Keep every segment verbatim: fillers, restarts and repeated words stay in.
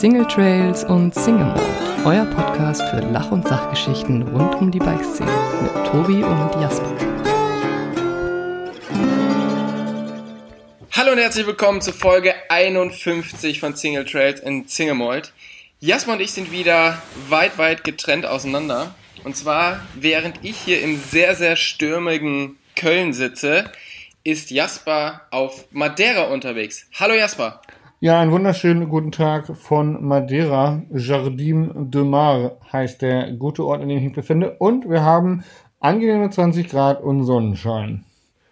Single Trails und Single Mode, euer Podcast für Lach- und Sachgeschichten rund um die Bikeszene mit Tobi und Jasper. Hallo und herzlich willkommen zur Folge einundfünfzig von Single Trails und Single Mode. Jasper und ich sind wieder weit, weit getrennt auseinander. Und zwar, während ich hier im sehr, sehr stürmigen Köln sitze, ist Jasper auf Madeira unterwegs. Hallo Jasper. Ja, einen wunderschönen guten Tag von Madeira. Jardim de Mar heißt der gute Ort, in dem ich mich befinde. Und wir haben angenehme zwanzig Grad und Sonnenschein.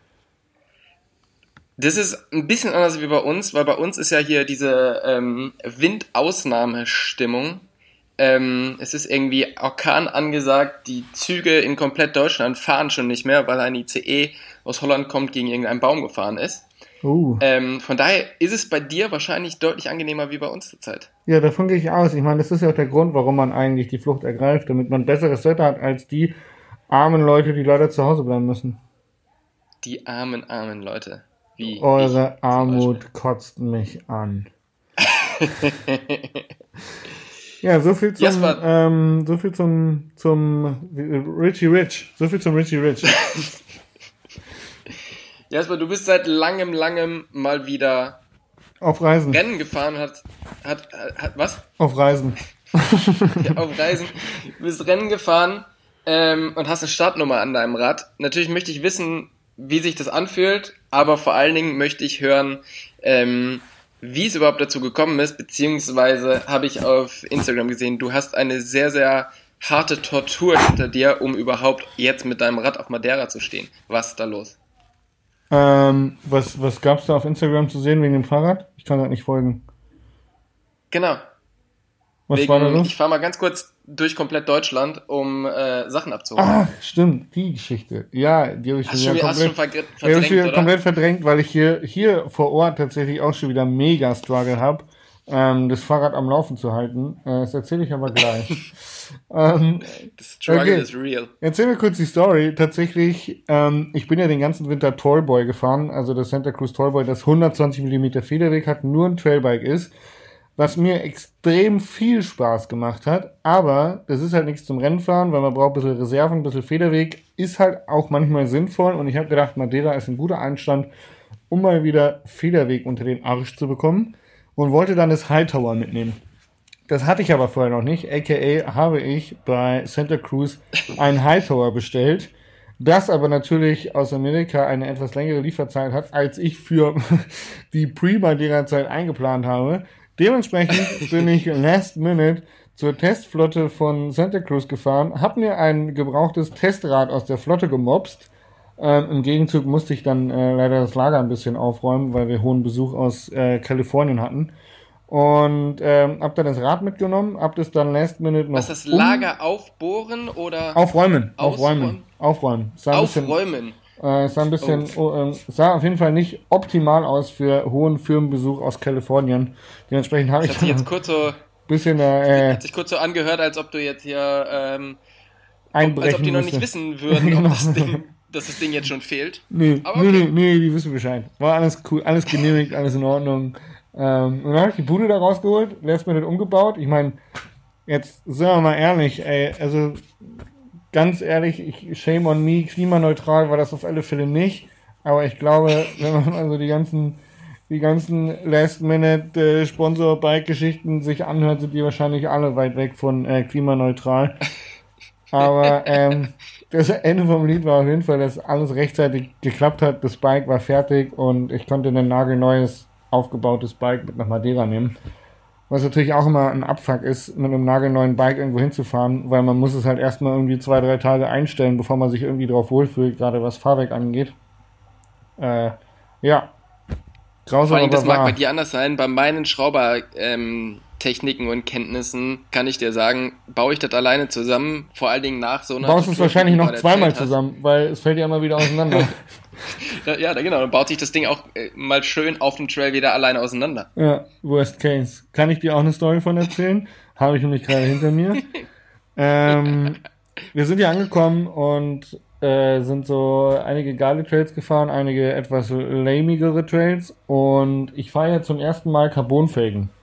Das ist ein bisschen anders wie bei uns, weil bei uns ist ja hier diese ähm, Windausnahmestimmung. Ähm, es ist irgendwie Orkan angesagt, die Züge in komplett Deutschland fahren schon nicht mehr, weil ein I C E aus Holland kommt, gegen irgendeinen Baum gefahren ist. Uh. Ähm, von daher ist es bei dir wahrscheinlich deutlich angenehmer wie bei uns zurzeit. Ja, davon gehe ich aus. Ich meine, das ist ja auch der Grund, warum man eigentlich die Flucht ergreift, damit man besseres Wetter hat als die armen Leute, die leider zu Hause bleiben müssen. Die armen, armen Leute. Wie Eure Armut kotzt mich an. Ja, so viel zum, ähm, so viel zum, zum Richie Rich. So viel zum Richie Rich. Jasper, du bist seit langem, langem mal wieder auf Reisen. Rennen gefahren, hat, hat, hat, was? Auf Reisen. Ja, auf Reisen. Du bist Rennen gefahren ähm, und hast eine Startnummer an deinem Rad. Natürlich möchte ich wissen, wie sich das anfühlt, aber vor allen Dingen möchte ich hören, ähm, wie es überhaupt dazu gekommen ist, beziehungsweise habe ich auf Instagram gesehen, du hast eine sehr, sehr harte Tortur hinter dir, um überhaupt jetzt mit deinem Rad auf Madeira zu stehen. Was ist da los? Ähm, was, was gab's da auf Instagram zu sehen wegen dem Fahrrad? Ich kann gerade nicht folgen. Genau. Was wegen, war da los? Ich fahre mal ganz kurz durch komplett Deutschland, um äh, Sachen abzuholen. Ah, stimmt, die Geschichte. Ja, die habe ich hast schon, schon, komplett, hast schon verdrängt, die hab ich wieder oder? komplett verdrängt, weil ich hier, hier vor Ort tatsächlich auch schon wieder mega Struggle habe, ähm, das Fahrrad am Laufen zu halten. Äh, das erzähle ich aber gleich. ähm, The struggle okay. is real. Erzähl mir kurz die Story. Tatsächlich, ähm, ich bin ja den ganzen Winter Tallboy gefahren, also das Santa Cruz Tallboy, das hundertzwanzig Millimeter Federweg hat, nur ein Trailbike ist, was mir extrem viel Spaß gemacht hat, aber das ist halt nichts zum Rennfahren, weil man braucht ein bisschen Reserven, ein bisschen Federweg, ist halt auch manchmal sinnvoll und ich habe gedacht, Madeira ist ein guter Einstand, um mal wieder Federweg unter den Arsch zu bekommen und wollte dann das Hightower mitnehmen. Das hatte ich aber vorher noch nicht, aka habe ich bei Santa Cruz ein Hightower bestellt, das aber natürlich aus Amerika eine etwas längere Lieferzeit hat, als ich für die Pre-Madeira-Zeit eingeplant habe. Dementsprechend bin ich last minute zur Testflotte von Santa Cruz gefahren, habe mir ein gebrauchtes Testrad aus der Flotte gemopst. Ähm, Im Gegenzug musste ich dann äh, leider das Lager ein bisschen aufräumen, weil wir hohen Besuch aus äh, Kalifornien hatten. Und ähm, hab dann das Rad mitgenommen, hab das dann last minute noch... Was ist das Lager um- aufbohren oder... Aufräumen, ausräumen? aufräumen, aufräumen. Aufräumen. Äh, es sah ein bisschen, oh. Oh, äh, sah auf jeden Fall nicht optimal aus für hohen Firmenbesuch aus Kalifornien. Dementsprechend habe ich hat sich jetzt kurz so, bisschen, äh, hat sich kurz so angehört, als ob du jetzt hier, ähm, einbrechen als ob die noch musste. nicht wissen würden, ob das Ding, dass das Ding jetzt schon fehlt. Nee, Aber nee, okay. nee, nee, die wissen Bescheid. War alles cool, alles genehmigt, alles in Ordnung. Ähm, und dann habe ich die Bude da rausgeholt, lässt mir das umgebaut. Ich meine, jetzt sind wir mal ehrlich, ey, also ganz ehrlich, ich, shame on me, klimaneutral war das auf alle Fälle nicht. Aber ich glaube, wenn man also die ganzen, die ganzen Last-Minute-Sponsor-Bike-Geschichten sich anhört, sind die wahrscheinlich alle weit weg von äh, klimaneutral. Aber ähm, das Ende vom Lied war auf jeden Fall, dass alles rechtzeitig geklappt hat. Das Bike war fertig und ich konnte ein nagelneues, aufgebautes Bike mit nach Madeira nehmen. Was natürlich auch immer ein Abfuck ist, mit einem nagelneuen Bike irgendwo hinzufahren, weil man muss es halt erstmal irgendwie zwei, drei Tage einstellen, bevor man sich irgendwie drauf wohlfühlt, gerade was Fahrwerk angeht. Äh, ja. Grausam, Vor allem, das aber mag wahr. bei dir anders sein. Bei meinen Schrauber-Techniken und Kenntnissen kann ich dir sagen, baue ich das alleine zusammen, vor allen Dingen nach so einer... Du baust es Tour, wahrscheinlich die du noch gerade zweimal erzählt hast. zusammen, weil es fällt ja immer wieder auseinander. Ja, da, genau, dann baut sich das Ding auch äh, mal schön auf dem Trail wieder alleine auseinander. Ja, worst case. Kann ich dir auch eine Story von erzählen? Habe ich nämlich gerade hinter mir. ähm, wir sind hier angekommen und äh, sind so einige geile Trails gefahren, einige etwas lamigere Trails und ich fahre jetzt zum ersten Mal Carbonfelgen.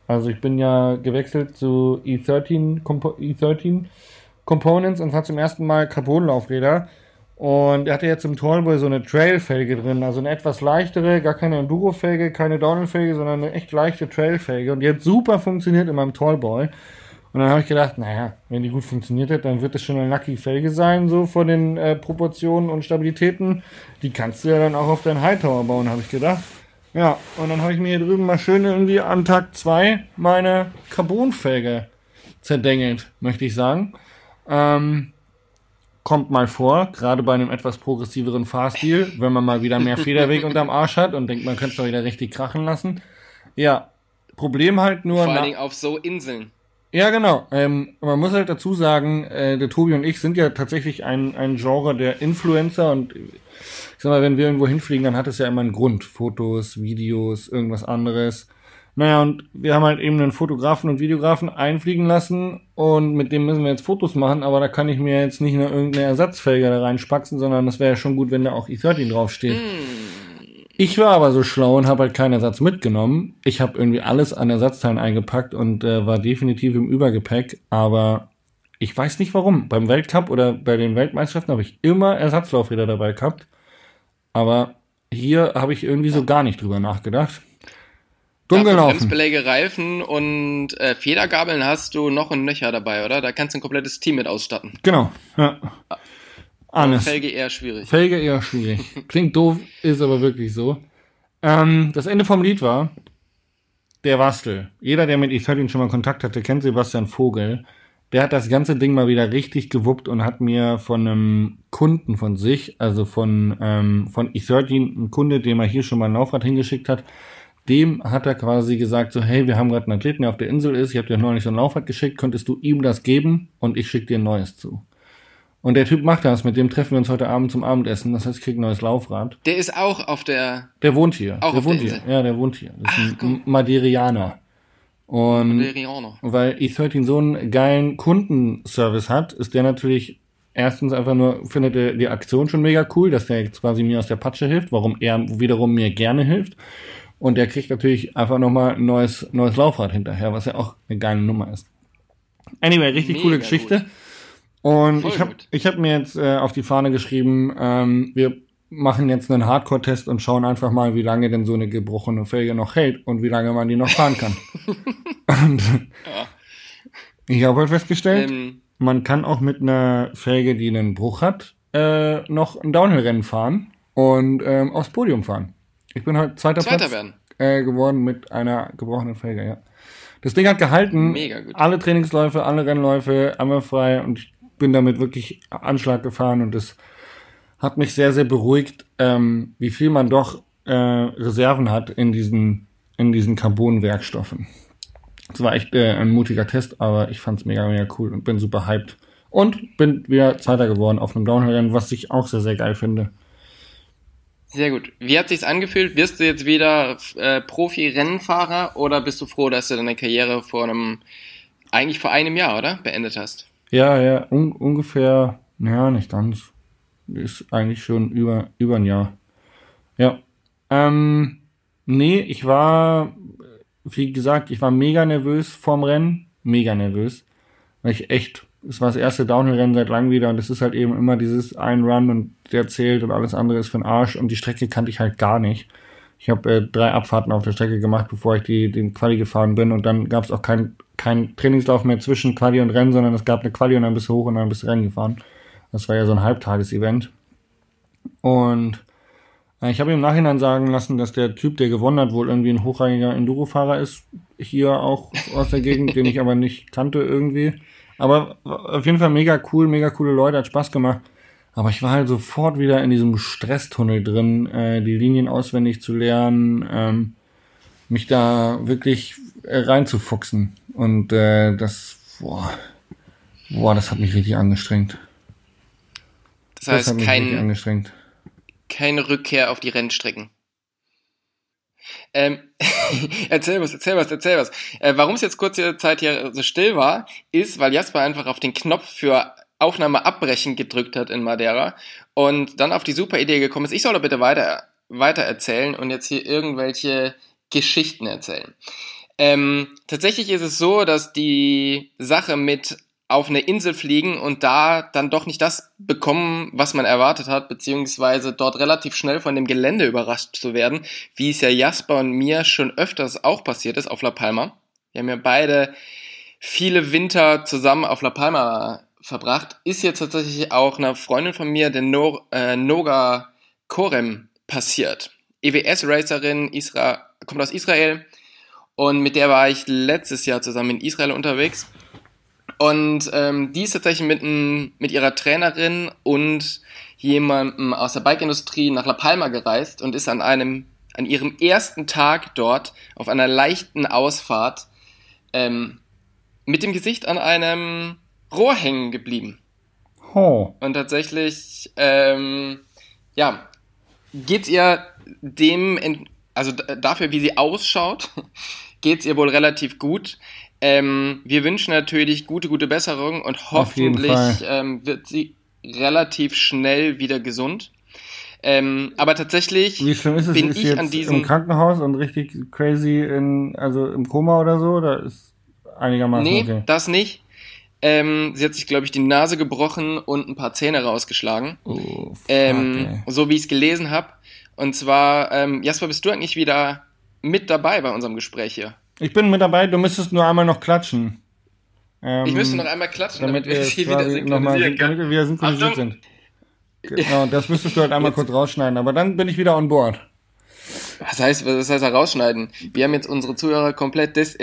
Also ich bin ja gewechselt zu E dreizehn, Compo- E dreizehn Components und fahre zum ersten Mal Carbon-Laufräder. Und er hatte jetzt im Tallboy so eine Trail-Felge drin, also eine etwas leichtere, gar keine Enduro-Felge, keine Downhill-Felge, sondern eine echt leichte Trail-Felge. Und die hat super funktioniert in meinem Tallboy. Und dann habe ich gedacht, naja, wenn die gut funktioniert hat, dann wird das schon eine Lucky-Felge sein, so von den äh, Proportionen und Stabilitäten. Die kannst du ja dann auch auf deinen Hightower bauen, habe ich gedacht. Ja, und dann habe ich mir hier drüben mal schön irgendwie an Tag zwei meine Carbon-Felge zerdengelt, möchte ich sagen. Ähm, kommt mal vor, gerade bei einem etwas progressiveren Fahrstil, wenn man mal wieder mehr Federweg unterm Arsch hat und denkt, man könnte es doch wieder richtig krachen lassen. Ja, Problem halt nur... Vor allen Dingen auf so Inseln. Ja, genau. Ähm, man muss halt dazu sagen, äh, der Tobi und ich sind ja tatsächlich ein, ein Genre der Influencer und ich sag mal, wenn wir irgendwo hinfliegen, dann hat es ja immer einen Grund. Fotos, Videos, irgendwas anderes. Naja, und wir haben halt eben einen Fotografen und Videografen einfliegen lassen und mit dem müssen wir jetzt Fotos machen, aber da kann ich mir jetzt nicht nur irgendeine Ersatzfelge da reinspaxen, sondern das wäre ja schon gut, wenn da auch E dreizehn draufsteht. Mm. Ich war aber so schlau und habe halt keinen Ersatz mitgenommen. Ich habe irgendwie alles an Ersatzteilen eingepackt und äh, war definitiv im Übergepäck, aber ich weiß nicht warum. Beim Weltcup oder bei den Weltmeisterschaften habe ich immer Ersatzlaufräder dabei gehabt, aber hier habe ich irgendwie so gar nicht drüber nachgedacht. Dumm gelaufen. Bremsbeläge, Reifen und äh, Federgabeln hast du noch und nöcher dabei, oder? Da kannst du ein komplettes Team mit ausstatten. Genau, ja. Alles. Felge eher schwierig. Felge eher schwierig. Klingt doof, ist aber wirklich so. Ähm, das Ende vom Lied war der Wastel. Jeder, der mit E dreizehn schon mal Kontakt hatte, kennt Sebastian Vogel. Der hat das ganze Ding mal wieder richtig gewuppt und hat mir von einem Kunden von sich, also von, ähm, von E dreizehn, ein Kunde, dem er hier schon mal ein Laufrad hingeschickt hat, dem hat er quasi gesagt so, hey, wir haben gerade einen Athleten, der auf der Insel ist, ich habe dir neulich so ein Laufrad geschickt, könntest du ihm das geben und ich schicke dir ein neues zu. Und der Typ macht das, mit dem treffen wir uns heute Abend zum Abendessen. Das heißt, ich krieg ein neues Laufrad. Der ist auch auf der... Der wohnt hier. Auch der auf wohnt der hier. Insel. Ja, der wohnt hier. Das ist Ach, ein cool. Maderianer. Und Maderianer. weil E dreizehn so einen geilen Kundenservice hat, ist der natürlich erstens einfach nur, findet er die Aktion schon mega cool, dass der jetzt quasi mir aus der Patsche hilft, warum er wiederum mir gerne hilft. Und der kriegt natürlich einfach nochmal ein neues, neues Laufrad hinterher, was ja auch eine geile Nummer ist. Anyway, richtig Mega coole Geschichte. gut. Und Voll ich habe gut. ich hab mir jetzt äh, auf die Fahne geschrieben, ähm, wir machen jetzt einen Hardcore-Test und schauen einfach mal, wie lange denn so eine gebrochene Felge noch hält und wie lange man die noch fahren kann. Und Ja. ich habe halt festgestellt, Ähm, man kann auch mit einer Felge, die einen Bruch hat, äh, noch ein Downhill-Rennen fahren und ähm, aufs Podium fahren. Ich bin halt zweiter, Zweiter Platz werden. äh, geworden mit einer gebrochenen Felge, ja. Das Ding hat gehalten. Mega gut. Alle Trainingsläufe, alle Rennläufe, einmal frei und ich bin damit wirklich Anschlag gefahren und das hat mich sehr, sehr beruhigt, ähm, wie viel man doch äh, Reserven hat in diesen, in diesen Carbon-Werkstoffen. Es war echt äh, ein mutiger Test, aber ich fand's mega, mega cool und bin super hyped. Und bin wieder Zweiter geworden auf einem Downhill-Rennen, was ich auch sehr, sehr geil finde. Sehr gut. Wie hat sich's angefühlt? Wirst du jetzt wieder äh, Profi-Rennfahrer oder bist du froh, dass du deine Karriere vor einem, eigentlich vor einem Jahr, oder? Beendet hast? Ja, ja, un- ungefähr, ja, nicht ganz. Ist eigentlich schon über, über ein Jahr. Ja. Ähm, nee, ich war, wie gesagt, ich war mega nervös vorm Rennen. Mega nervös. Weil ich echt, es war das erste Downhill-Rennen seit langem wieder und es ist halt eben immer dieses ein Run und der zählt und alles andere ist für den Arsch und die Strecke kannte ich halt gar nicht. Ich habe äh, drei Abfahrten auf der Strecke gemacht, bevor ich die den Quali gefahren bin und dann gab es auch kein kein Trainingslauf mehr zwischen Quali und Rennen, sondern es gab eine Quali und dann bist du hoch und dann bist du Rennen gefahren. Das war ja so ein Halbtages-Event. Und äh, ich habe ihm im Nachhinein sagen lassen, dass der Typ, der gewonnen hat, wohl irgendwie ein hochrangiger Enduro-Fahrer ist, hier auch aus der Gegend, den ich aber nicht kannte irgendwie. Aber auf jeden Fall mega cool, mega coole Leute, hat Spaß gemacht. Aber ich war halt sofort wieder in diesem Stresstunnel drin, äh, die Linien auswendig zu lernen, ähm, mich da wirklich äh, reinzufuchsen. Und äh, das, boah, boah, das hat mich richtig angestrengt. Das Das heißt, hat mich richtig kein, angestrengt. keine Rückkehr auf die Rennstrecken. Ähm, erzähl was, erzähl was, erzähl was. Äh, warum es jetzt kurze Zeit hier so still war, ist, weil Jasper einfach auf den Knopf für Aufnahme abbrechen gedrückt hat in Madeira und dann auf die super Idee gekommen ist, ich soll doch bitte weiter, weiter erzählen und jetzt hier irgendwelche Geschichten erzählen. Ähm, tatsächlich ist es so, dass die Sache mit auf eine Insel fliegen und da dann doch nicht das bekommen, was man erwartet hat, beziehungsweise dort relativ schnell von dem Gelände überrascht zu werden, wie es ja Jasper und mir schon öfters auch passiert ist auf La Palma. Wir haben ja beide viele Winter zusammen auf La Palma verbracht. Ist jetzt tatsächlich auch einer Freundin von mir, der no- äh, Noga Korem, passiert. E W S-Racerin, Isra- kommt aus Israel und mit der war ich letztes Jahr zusammen in Israel unterwegs. Und ähm, die ist tatsächlich mit, n, mit ihrer Trainerin und jemandem aus der Bike-Industrie nach La Palma gereist und ist an einem, an ihrem ersten Tag dort auf einer leichten Ausfahrt ähm, mit dem Gesicht an einem Rohr hängen geblieben. Oh. Und tatsächlich, ähm, ja, geht's ihr dem, also d- dafür, wie sie ausschaut, geht's ihr wohl relativ gut. Ähm, wir wünschen natürlich gute, gute Besserung und hoffentlich ähm, wird sie relativ schnell wieder gesund. Ähm, aber tatsächlich Wie schlimm ist es? bin ist ich jetzt an diesem im Krankenhaus und richtig crazy in, also im Koma oder so? Oder ist einigermaßen Nee, okay? das nicht. Ähm, sie hat sich, glaube ich, die Nase gebrochen und ein paar Zähne rausgeschlagen. Oh, fuck, ähm, ey. so wie ich es gelesen habe. Und zwar, ähm, Jasper, bist du eigentlich wieder mit dabei bei unserem Gespräch hier? Ich bin mit dabei, du müsstest nur einmal noch klatschen. Ähm, Ich müsste noch einmal klatschen, damit, damit wir wir es es hier wieder quasi noch mal, synchronisieren damit können. wir wieder synchronisiert Achtung. sind. Genau, das müsstest du halt einmal Jetzt. kurz rausschneiden, aber dann bin ich wieder on board. Was heißt, was heißt da rausschneiden? Wir haben jetzt unsere Zuhörer komplett des...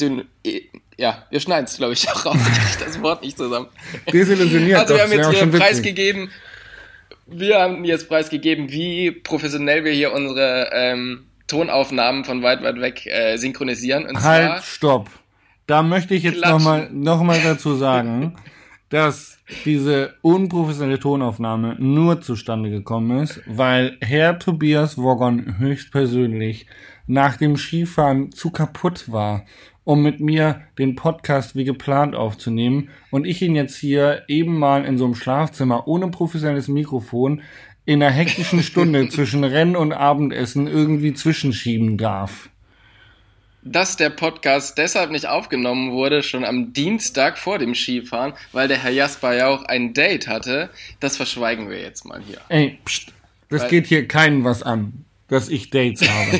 Ja, wir schneiden es, glaube ich, auch raus. Ich kriege das Wort nicht zusammen. Desillusioniert. Also wir doch, haben das jetzt wär auch hier schon witzig. preisgegeben, wir haben jetzt preisgegeben, wie professionell wir hier unsere ähm, Tonaufnahmen von weit, weit weg äh, synchronisieren. Und Halt, zwar, stopp. Da möchte ich jetzt Klatschen. nochmal noch mal dazu sagen, dass diese unprofessionelle Tonaufnahme nur zustande gekommen ist, weil Herr Tobias Woggon höchstpersönlich nach dem Skifahren zu kaputt war, um mit mir den Podcast wie geplant aufzunehmen und ich ihn jetzt hier eben mal in so einem Schlafzimmer ohne professionelles Mikrofon in einer hektischen Stunde zwischen Rennen und Abendessen irgendwie zwischenschieben darf. dass der Podcast deshalb nicht aufgenommen wurde, schon am Dienstag vor dem Skifahren, weil der Herr Jasper ja auch ein Date hatte, das verschweigen wir jetzt mal hier. Ey, pst, das Weil- geht hier keinen was an, dass ich Dates habe.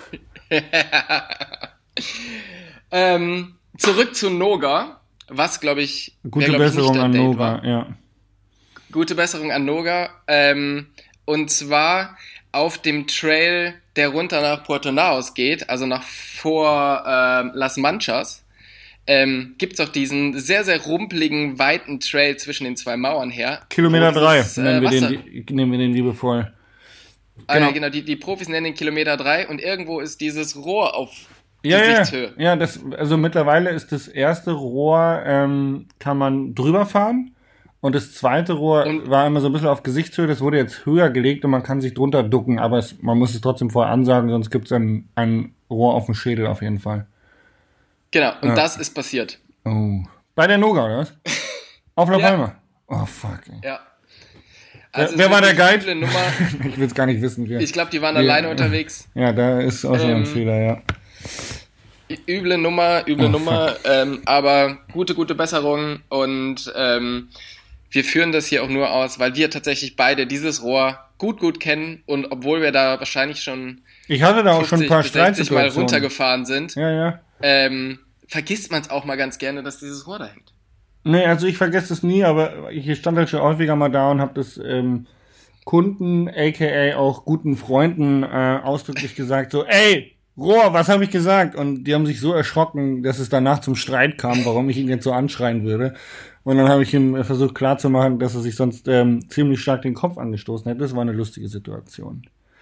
Ähm, zurück zu Noga, was glaube ich... Gute wär, glaub ich, Besserung nicht an dein Date Noga, war. ja. Gute Besserung an Noga. Ähm, und zwar auf dem Trail, der runter nach Puerto Naos geht, also nach vor ähm, Las Manchas, ähm, gibt es auch diesen sehr, sehr rumpeligen, weiten Trail zwischen den zwei Mauern her. Kilometer wo drei dieses, äh, nennen, wir Wasser- den, die- nennen wir den liebevoll. Ah, ja, genau. genau, die, die Profis nennen den Kilometer drei und irgendwo ist dieses Rohr auf Ja, ja, Gesichtshöhe. ja, das, also mittlerweile ist das erste Rohr, ähm, kann man drüber fahren und das zweite Rohr Und- war immer so ein bisschen auf Gesichtshöhe, das wurde jetzt höher gelegt und man kann sich drunter ducken, aber es, man muss es trotzdem vorher ansagen, sonst gibt es ein, ein Rohr auf dem Schädel auf jeden Fall. Genau, und Ja. das ist passiert. Oh. Bei der Noga, oder was? Auf La Ja. Palma. Oh, fuck, ey. Ja. Wer- es wer ist war der wirklich Guide? üble Nummer. Ich will es gar nicht wissen. Wer. Ich glaube, die waren Ja. alleine unterwegs. Ja, da ist auch schon Ähm, ein Fehler, ja. Üble Nummer, üble Oh, Nummer, ähm, aber gute, gute Besserung und ähm, wir führen das hier auch nur aus, weil wir tatsächlich beide dieses Rohr gut, gut kennen und obwohl wir da wahrscheinlich schon Ich hatte da auch schon ein fünfzig paar bis sechzig Mal Streitsituationen. runtergefahren sind, Ja, ja. ähm, vergisst man es auch mal ganz gerne, dass dieses Rohr da hängt. Nee, also ich vergesse es nie, aber ich stand halt schon häufiger mal da und habe das ähm, Kunden, aka auch guten Freunden äh, ausdrücklich gesagt, so, ey, Rohr, was habe ich gesagt? Und die haben sich so erschrocken, dass es danach zum Streit kam, warum ich ihn jetzt so anschreien würde. Und dann habe ich ihm versucht klarzumachen, dass er sich sonst ähm, ziemlich stark den Kopf angestoßen hätte. Das war eine lustige Situation.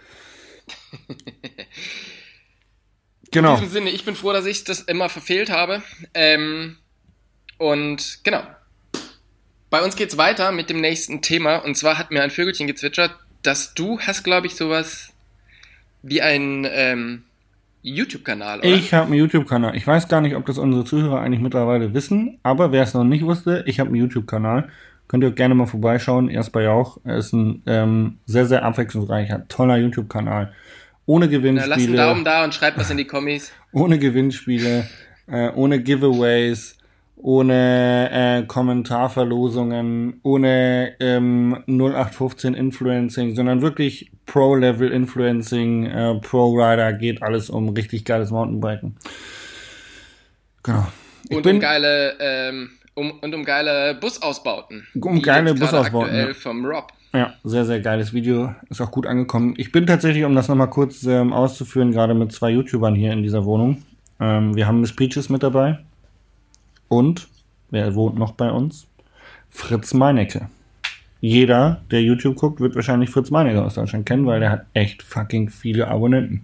Genau. In diesem Sinne, ich bin froh, dass ich das immer verfehlt habe. Ähm, und genau. Bei uns geht's weiter mit dem nächsten Thema. Und zwar hat mir ein Vögelchen gezwitschert, dass du hast, glaube ich, sowas wie ein ähm, YouTube-Kanal, oder? Ich habe einen YouTube-Kanal. Ich weiß gar nicht, ob das unsere Zuhörer eigentlich mittlerweile wissen, aber wer es noch nicht wusste, ich habe einen YouTube-Kanal. Könnt ihr gerne mal vorbeischauen. Erst bei Jauch. Er ist ein ähm, sehr, sehr abwechslungsreicher, toller YouTube-Kanal. ohne Gewinnspiele. Na, lass einen Daumen da und schreibt was in die Kommis. Ohne Gewinnspiele, äh, ohne Giveaways, ohne äh, Kommentarverlosungen, ohne ähm, null acht fünfzehn Influencing, sondern wirklich Pro-Level Influencing, äh, Pro-Rider, geht alles um richtig geiles Mountainbiken. Genau. Ich und bin, um geile ähm, um, und um geile Busausbauten. Um geile Busausbauten. Aktuell ja. vom Rob. Ja, sehr, sehr geiles Video. Ist auch gut angekommen. Ich bin tatsächlich, um das nochmal kurz ähm, auszuführen, gerade mit zwei YouTubern hier in dieser Wohnung. Ähm, wir haben Miss Peaches mit dabei. Und, wer wohnt noch bei uns? Fritz Meinecke. Jeder, der YouTube guckt, wird wahrscheinlich Fritz Meinecke aus Deutschland kennen, weil der hat echt fucking viele Abonnenten.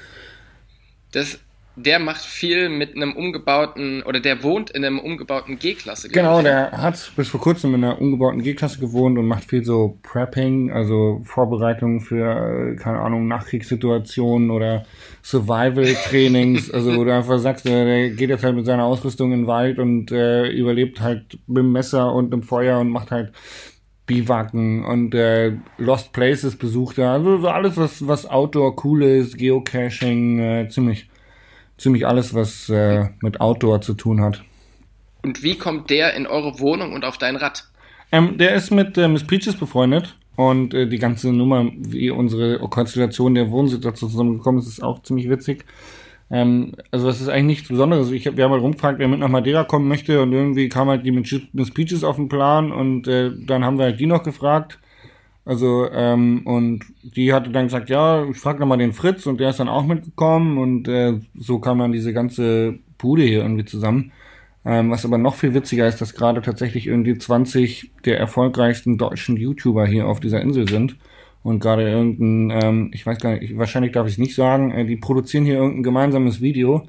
Das, der macht viel mit einem umgebauten, oder der wohnt in einem umgebauten G-Klasse. Genau, der hat bis vor kurzem in einer umgebauten G-Klasse gewohnt und macht viel so Prepping, also Vorbereitungen für, keine Ahnung, Nachkriegssituationen oder Survival-Trainings, also wo du einfach sagst, der geht jetzt halt mit seiner Ausrüstung in den Wald und äh, überlebt halt mit dem Messer und dem Feuer und macht halt Biwaken und äh, Lost Places besucht er, also so alles, was, was Outdoor cool ist, Geocaching, äh, ziemlich Ziemlich alles, was äh, mit Outdoor zu tun hat. Und wie kommt der in eure Wohnung und auf dein Rad? Ähm, der ist mit äh, Miss Peaches befreundet und äh, die ganze Nummer, wie unsere Konstellation der Wohnsituation zusammengekommen ist, ist auch ziemlich witzig. Ähm, also das ist eigentlich nichts Besonderes. Ich hab, wir haben halt rumgefragt, wer mit nach Madeira kommen möchte und irgendwie kam halt die Miss Peaches auf den Plan und äh, dann haben wir halt die noch gefragt. Also, ähm, und die hatte dann gesagt, ja, ich frag noch mal den Fritz und der ist dann auch mitgekommen und äh, so kam dann diese ganze Bude hier irgendwie zusammen. Ähm, was aber noch viel witziger ist, dass gerade tatsächlich irgendwie zwanzig der erfolgreichsten deutschen YouTuber hier auf dieser Insel sind und gerade irgendein, ähm, ich weiß gar nicht, wahrscheinlich darf ich es nicht sagen, äh, die produzieren hier irgendein gemeinsames Video.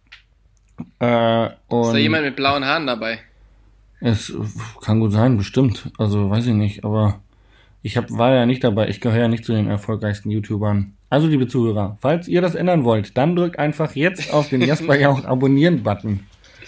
Äh, und ist da jemand mit blauen Haaren dabei? Es kann gut sein, bestimmt. Also, weiß ich nicht, aber ich hab, war ja nicht dabei, ich gehöre ja nicht zu den erfolgreichsten YouTubern. Also, liebe Zuhörer, falls ihr das ändern wollt, dann drückt einfach jetzt auf den Jasper Jauch Abonnieren-Button.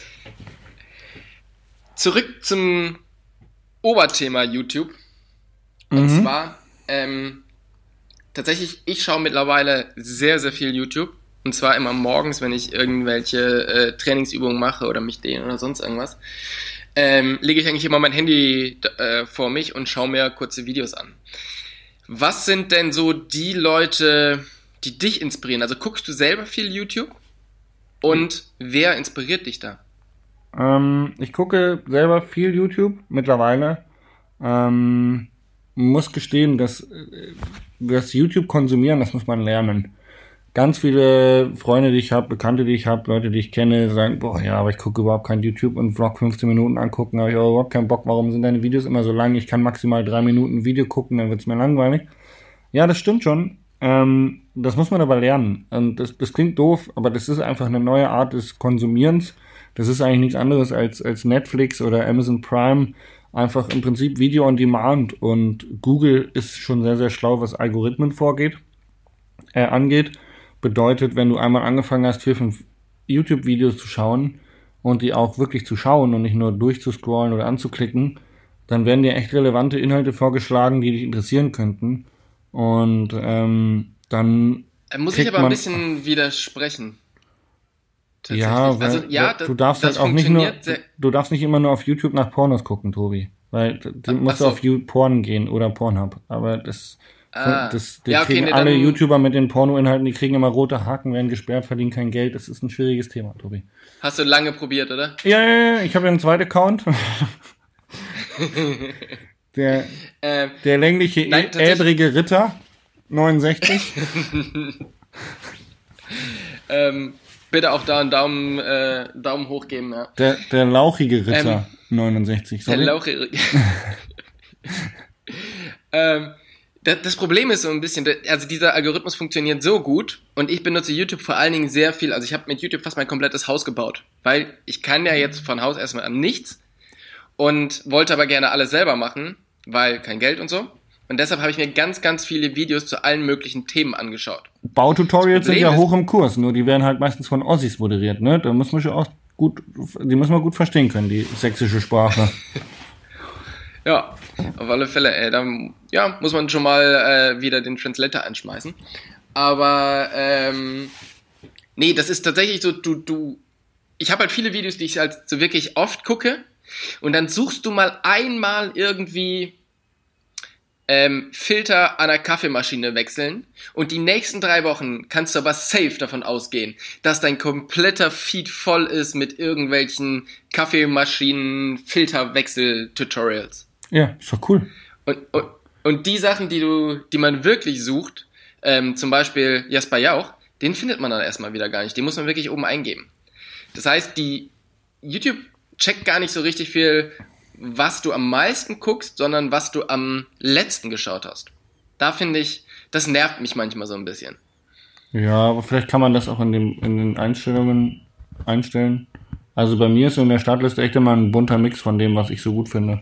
Zurück zum Oberthema YouTube. Und Mhm. zwar, ähm, tatsächlich, ich schaue mittlerweile sehr, sehr viel YouTube. Und zwar immer morgens, wenn ich irgendwelche äh, Trainingsübungen mache oder mich dehne oder sonst irgendwas. Ähm, lege ich eigentlich immer mein Handy äh, vor mich und schaue mir kurze Videos an. Was sind denn so die Leute, die dich inspirieren? Also guckst du selber viel YouTube? Und wer inspiriert dich da? Ähm, ich gucke selber viel YouTube mittlerweile. Ähm, muss gestehen, dass äh, das YouTube konsumieren, das muss man lernen. Ganz viele Freunde, die ich habe, Bekannte, die ich habe, Leute, die ich kenne, sagen, boah, ja, aber ich gucke überhaupt kein YouTube und Vlog fünfzehn Minuten angucken, habe ich auch überhaupt keinen Bock, warum sind deine Videos immer so lang? Ich kann maximal drei Minuten Video gucken, dann wird's mir langweilig. Ja, das stimmt schon. Ähm, das muss man aber lernen. Und das, das klingt doof, aber das ist einfach eine neue Art des Konsumierens. Das ist eigentlich nichts anderes als, als Netflix oder Amazon Prime. Einfach im Prinzip Video on Demand. Und Google ist schon sehr, sehr schlau, was Algorithmen vorgeht, äh, angeht. Bedeutet, wenn du einmal angefangen hast, vier, fünf YouTube-Videos zu schauen und die auch wirklich zu schauen und nicht nur durchzuscrollen oder anzuklicken, dann werden dir echt relevante Inhalte vorgeschlagen, die dich interessieren könnten. Und ähm, dann Da muss ich aber ein bisschen widersprechen. Ja, weil also, ja, du das, darfst das halt auch nicht nur, sehr- du darfst nicht immer nur auf YouTube nach Pornos gucken, Tobi. Weil du Ach musst so. auf You- Porn gehen oder Pornhub. Aber das, Ah. das die Ja, okay, kriegen nee, alle dann- YouTuber mit den Pornoinhalten, die kriegen immer rote Haken, werden gesperrt, verdienen kein Geld. Das ist ein schwieriges Thema, Tobi. Hast du lange probiert, oder? Ja, ja, ja, ich habe ja einen zweiten Account. der, Ähm, der längliche, Nein, ä- tatsächlich- ädrige Ritter, neunundsechzig. ähm, bitte auch da einen Daumen, äh, Daumen hoch geben, ja. der, der lauchige Ritter, neunundsechzig. Der Sorry. Lauche. ähm, das, das Problem ist so ein bisschen, also dieser Algorithmus funktioniert so gut und ich benutze YouTube vor allen Dingen sehr viel, also ich habe mit YouTube fast mein komplettes Haus gebaut, weil ich kann ja jetzt von Haus erstmal an nichts und wollte aber gerne alles selber machen, weil kein Geld und so. Und deshalb habe ich mir ganz, ganz viele Videos zu allen möglichen Themen angeschaut. Baututorials sind Problem ja ist- hoch im Kurs, nur die werden halt meistens von Ossis moderiert, ne? Da muss man schon auch gut, die muss man gut verstehen können, die sächsische Sprache. Ja, auf alle Fälle, ey, da ja, muss man schon mal äh, wieder den Translator anschmeißen. Aber, ähm, nee, das ist tatsächlich so, du, du, ich habe halt viele Videos, die ich halt so wirklich oft gucke und dann suchst du mal einmal irgendwie ähm, Filter an der Kaffeemaschine wechseln und die nächsten drei Wochen kannst du aber safe davon ausgehen, dass dein kompletter Feed voll ist mit irgendwelchen Kaffeemaschinen-Filterwechsel-Tutorials. Ja, ist doch cool. Und, und, und die Sachen, die du, die man wirklich sucht, ähm, zum Beispiel Jasper Jauch, den findet man dann erstmal wieder gar nicht. Den muss man wirklich oben eingeben. Das heißt, die YouTube checkt gar nicht so richtig viel, was du am meisten guckst, sondern was du am letzten geschaut hast. Da finde ich, das nervt mich manchmal so ein bisschen. Ja, aber vielleicht kann man das auch in, dem, in den Einstellungen einstellen. Also bei mir ist in der Startliste echt immer ein bunter Mix von dem, was ich so gut finde.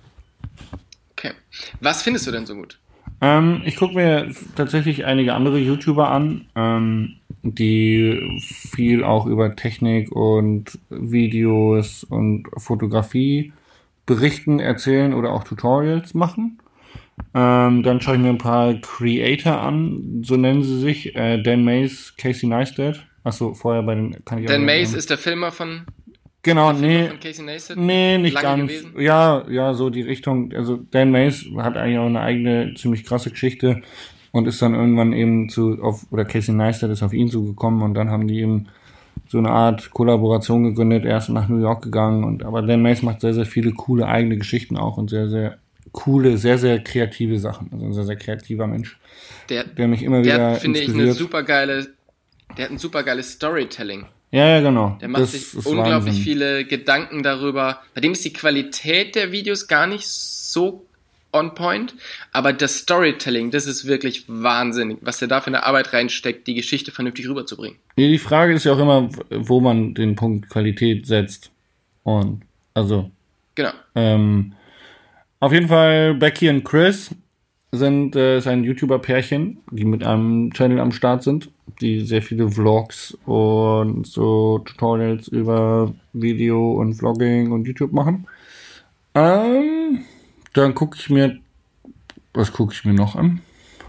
Okay. Was findest du denn so gut? Ähm, ich gucke mir tatsächlich einige andere YouTuber an, ähm, die viel auch über Technik und Videos und Fotografie berichten, erzählen oder auch Tutorials machen. Ähm, dann schaue ich mir ein paar Creator an, so nennen sie sich, äh, Dan Mays, Casey Neistat. Achso, vorher bei den, kann ich Dan auch Mays sagen. ist der Filmer von, Genau, der nee, Filmer von Casey Neistat? nee, nicht Lange ganz. gewesen? Ja, ja, so die Richtung. Also Dan Mays hat eigentlich auch eine eigene, ziemlich krasse Geschichte und ist dann irgendwann eben zu, auf, oder Casey Neistat ist auf ihn zugekommen und dann haben die eben so eine Art Kollaboration gegründet. Er ist nach New York gegangen und, aber Dan Mays macht sehr, sehr viele coole eigene Geschichten auch und sehr, sehr coole, sehr, sehr kreative Sachen. Also ein sehr, sehr kreativer Mensch. Der, der mich immer der wieder hat, finde inspiriert. ich, eine super geile, der hat ein super geiles Storytelling. Ja, ja, genau. Der macht das sich ist unglaublich Wahnsinn. viele Gedanken darüber. Bei dem ist die Qualität der Videos gar nicht so on point, aber das Storytelling, das ist wirklich wahnsinnig, was der da für eine Arbeit reinsteckt, die Geschichte vernünftig rüberzubringen. Nee, die Frage ist ja auch immer, wo man den Punkt Qualität setzt. Und, also, Genau. ähm, auf jeden Fall Becky und Chris sind äh, ist ein YouTuber-Pärchen, die mit einem Channel am Start sind, die sehr viele Vlogs und so Tutorials über Video und Vlogging und YouTube machen. Ähm, dann gucke ich mir, was gucke ich mir noch an?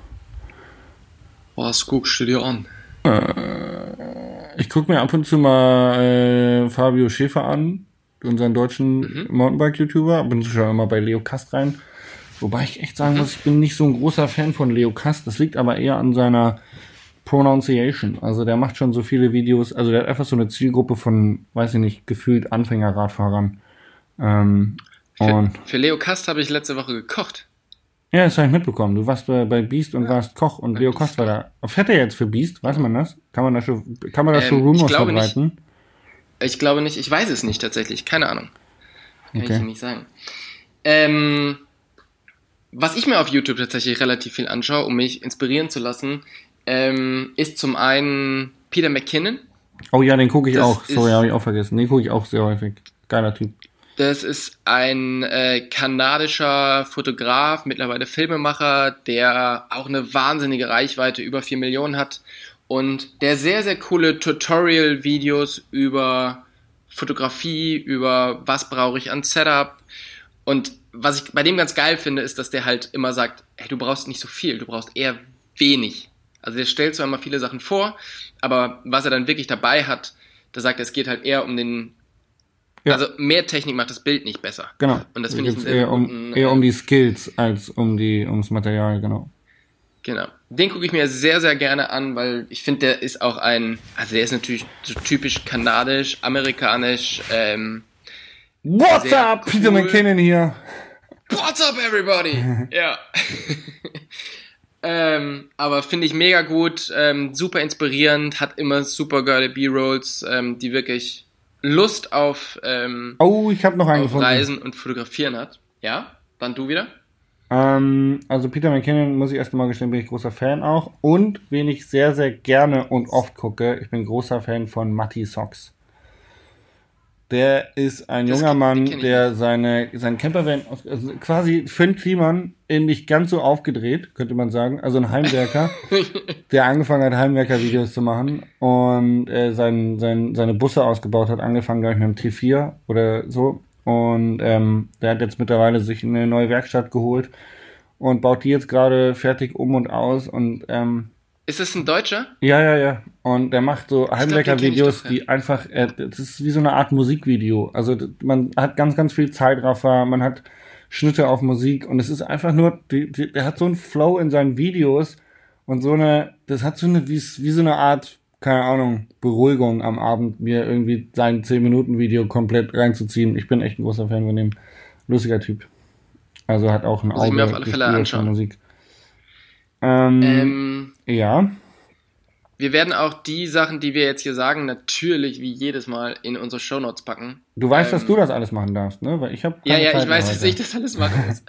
Was guckst du dir an? Ich gucke mir ab und zu mal äh, Fabio Schäfer an, unseren deutschen mhm. Mountainbike-YouTuber. Ab und zu schaue ich immer bei Leo Kast rein. Wobei ich echt sagen muss, ich bin nicht so ein großer Fan von Leo Kast. Das liegt aber eher an seiner Pronunciation. Also der macht schon so viele Videos. Also der hat einfach so eine Zielgruppe von, weiß ich nicht, gefühlt Anfänger-Radfahrern. Ähm, für, und für Leo Kast habe ich letzte Woche gekocht. Ja, das habe ich mitbekommen. Du warst bei, bei Beast und warst Koch und Leo Kast war da. Fährt er jetzt für Beast? Weiß man das? Kann man da schon, kann man da Ähm, schon Rumors ich glaube verbreiten? nicht. Ich glaube nicht. Ich weiß es nicht tatsächlich. Keine Ahnung. Kann Okay. ich dir nicht sagen. Ähm, was ich mir auf YouTube tatsächlich relativ viel anschaue, um mich inspirieren zu lassen, ähm, ist zum einen Peter McKinnon. Oh ja, den gucke ich Das auch. ist- Sorry, habe ich auch vergessen. Den gucke ich auch sehr häufig. Geiler Typ. Das ist ein äh, kanadischer Fotograf, mittlerweile Filmemacher, der auch eine wahnsinnige Reichweite, über vier Millionen hat und der sehr, sehr coole Tutorial-Videos über Fotografie, über was brauche ich an Setup. Und was ich bei dem ganz geil finde, ist, dass der halt immer sagt, hey, du brauchst nicht so viel, du brauchst eher wenig. Also der stellt zwar immer viele Sachen vor, aber was er dann wirklich dabei hat, da sagt er, es geht halt eher um den, Ja. also mehr Technik macht das Bild nicht besser. Genau. Und das Da finde ich geht's einen sehr, eher sehr um, guten, eher äh, um die Skills als um die ums Material, genau. Genau. Den gucke ich mir sehr, sehr gerne an, weil ich finde, der ist auch ein, also der ist natürlich so typisch kanadisch, amerikanisch, ähm, What's Sehr up? cool. Peter McKinnon hier. What's up, everybody? Ja. ähm, aber finde ich mega gut, ähm, super inspirierend, hat immer super geile B-Rolls, ähm, die wirklich Lust auf, ähm, Oh, ich habe noch einen auf gefunden. Reisen und Fotografieren hat. Ja? Dann du wieder? Ähm, also Peter McKinnon, muss ich erst mal gestehen, bin ich großer Fan auch. Und wen ich sehr, sehr gerne und oft gucke, ich bin großer Fan von Matti Socks. Der ist ein Das junger kenn- Mann, den kenn ich der seine, sein Campervan, aus- also quasi Finn Kliman in nicht ganz so aufgedreht, könnte man sagen. Also ein Heimwerker, der angefangen hat, Heimwerker-Videos zu machen und äh, sein, sein, seine Busse ausgebaut hat, angefangen, glaube ich, mit einem T vier oder so. Und ähm, der hat jetzt mittlerweile sich eine neue Werkstatt geholt und baut die jetzt gerade fertig um und aus. Und ähm, Ist das ein Deutscher? Ja, ja, ja. Und der macht so Heimwerker-Videos, doch, ja. die einfach, äh, das ist wie so eine Art Musikvideo. Also man hat ganz, ganz viel Zeitraffer, man hat Schnitte auf Musik und es ist einfach nur, die, die, der hat so einen Flow in seinen Videos und so eine, das hat so eine, wie, wie so eine Art, keine Ahnung, Beruhigung am Abend, mir irgendwie sein zehn Minuten Video komplett reinzuziehen. Ich bin echt ein großer Fan von dem. Lustiger Typ. Also hat auch ein Muss ich mir auf alle Fälle anschauen. Musik. Ähm, Ähm, ja. wir werden auch die Sachen, die wir jetzt hier sagen, natürlich wie jedes Mal in unsere Shownotes packen. Du weißt, ähm, dass du das alles machen darfst, ne? Weil ich habe Ja, ja, Zeit ich weiß, mehr dass heute. ich das alles machen muss.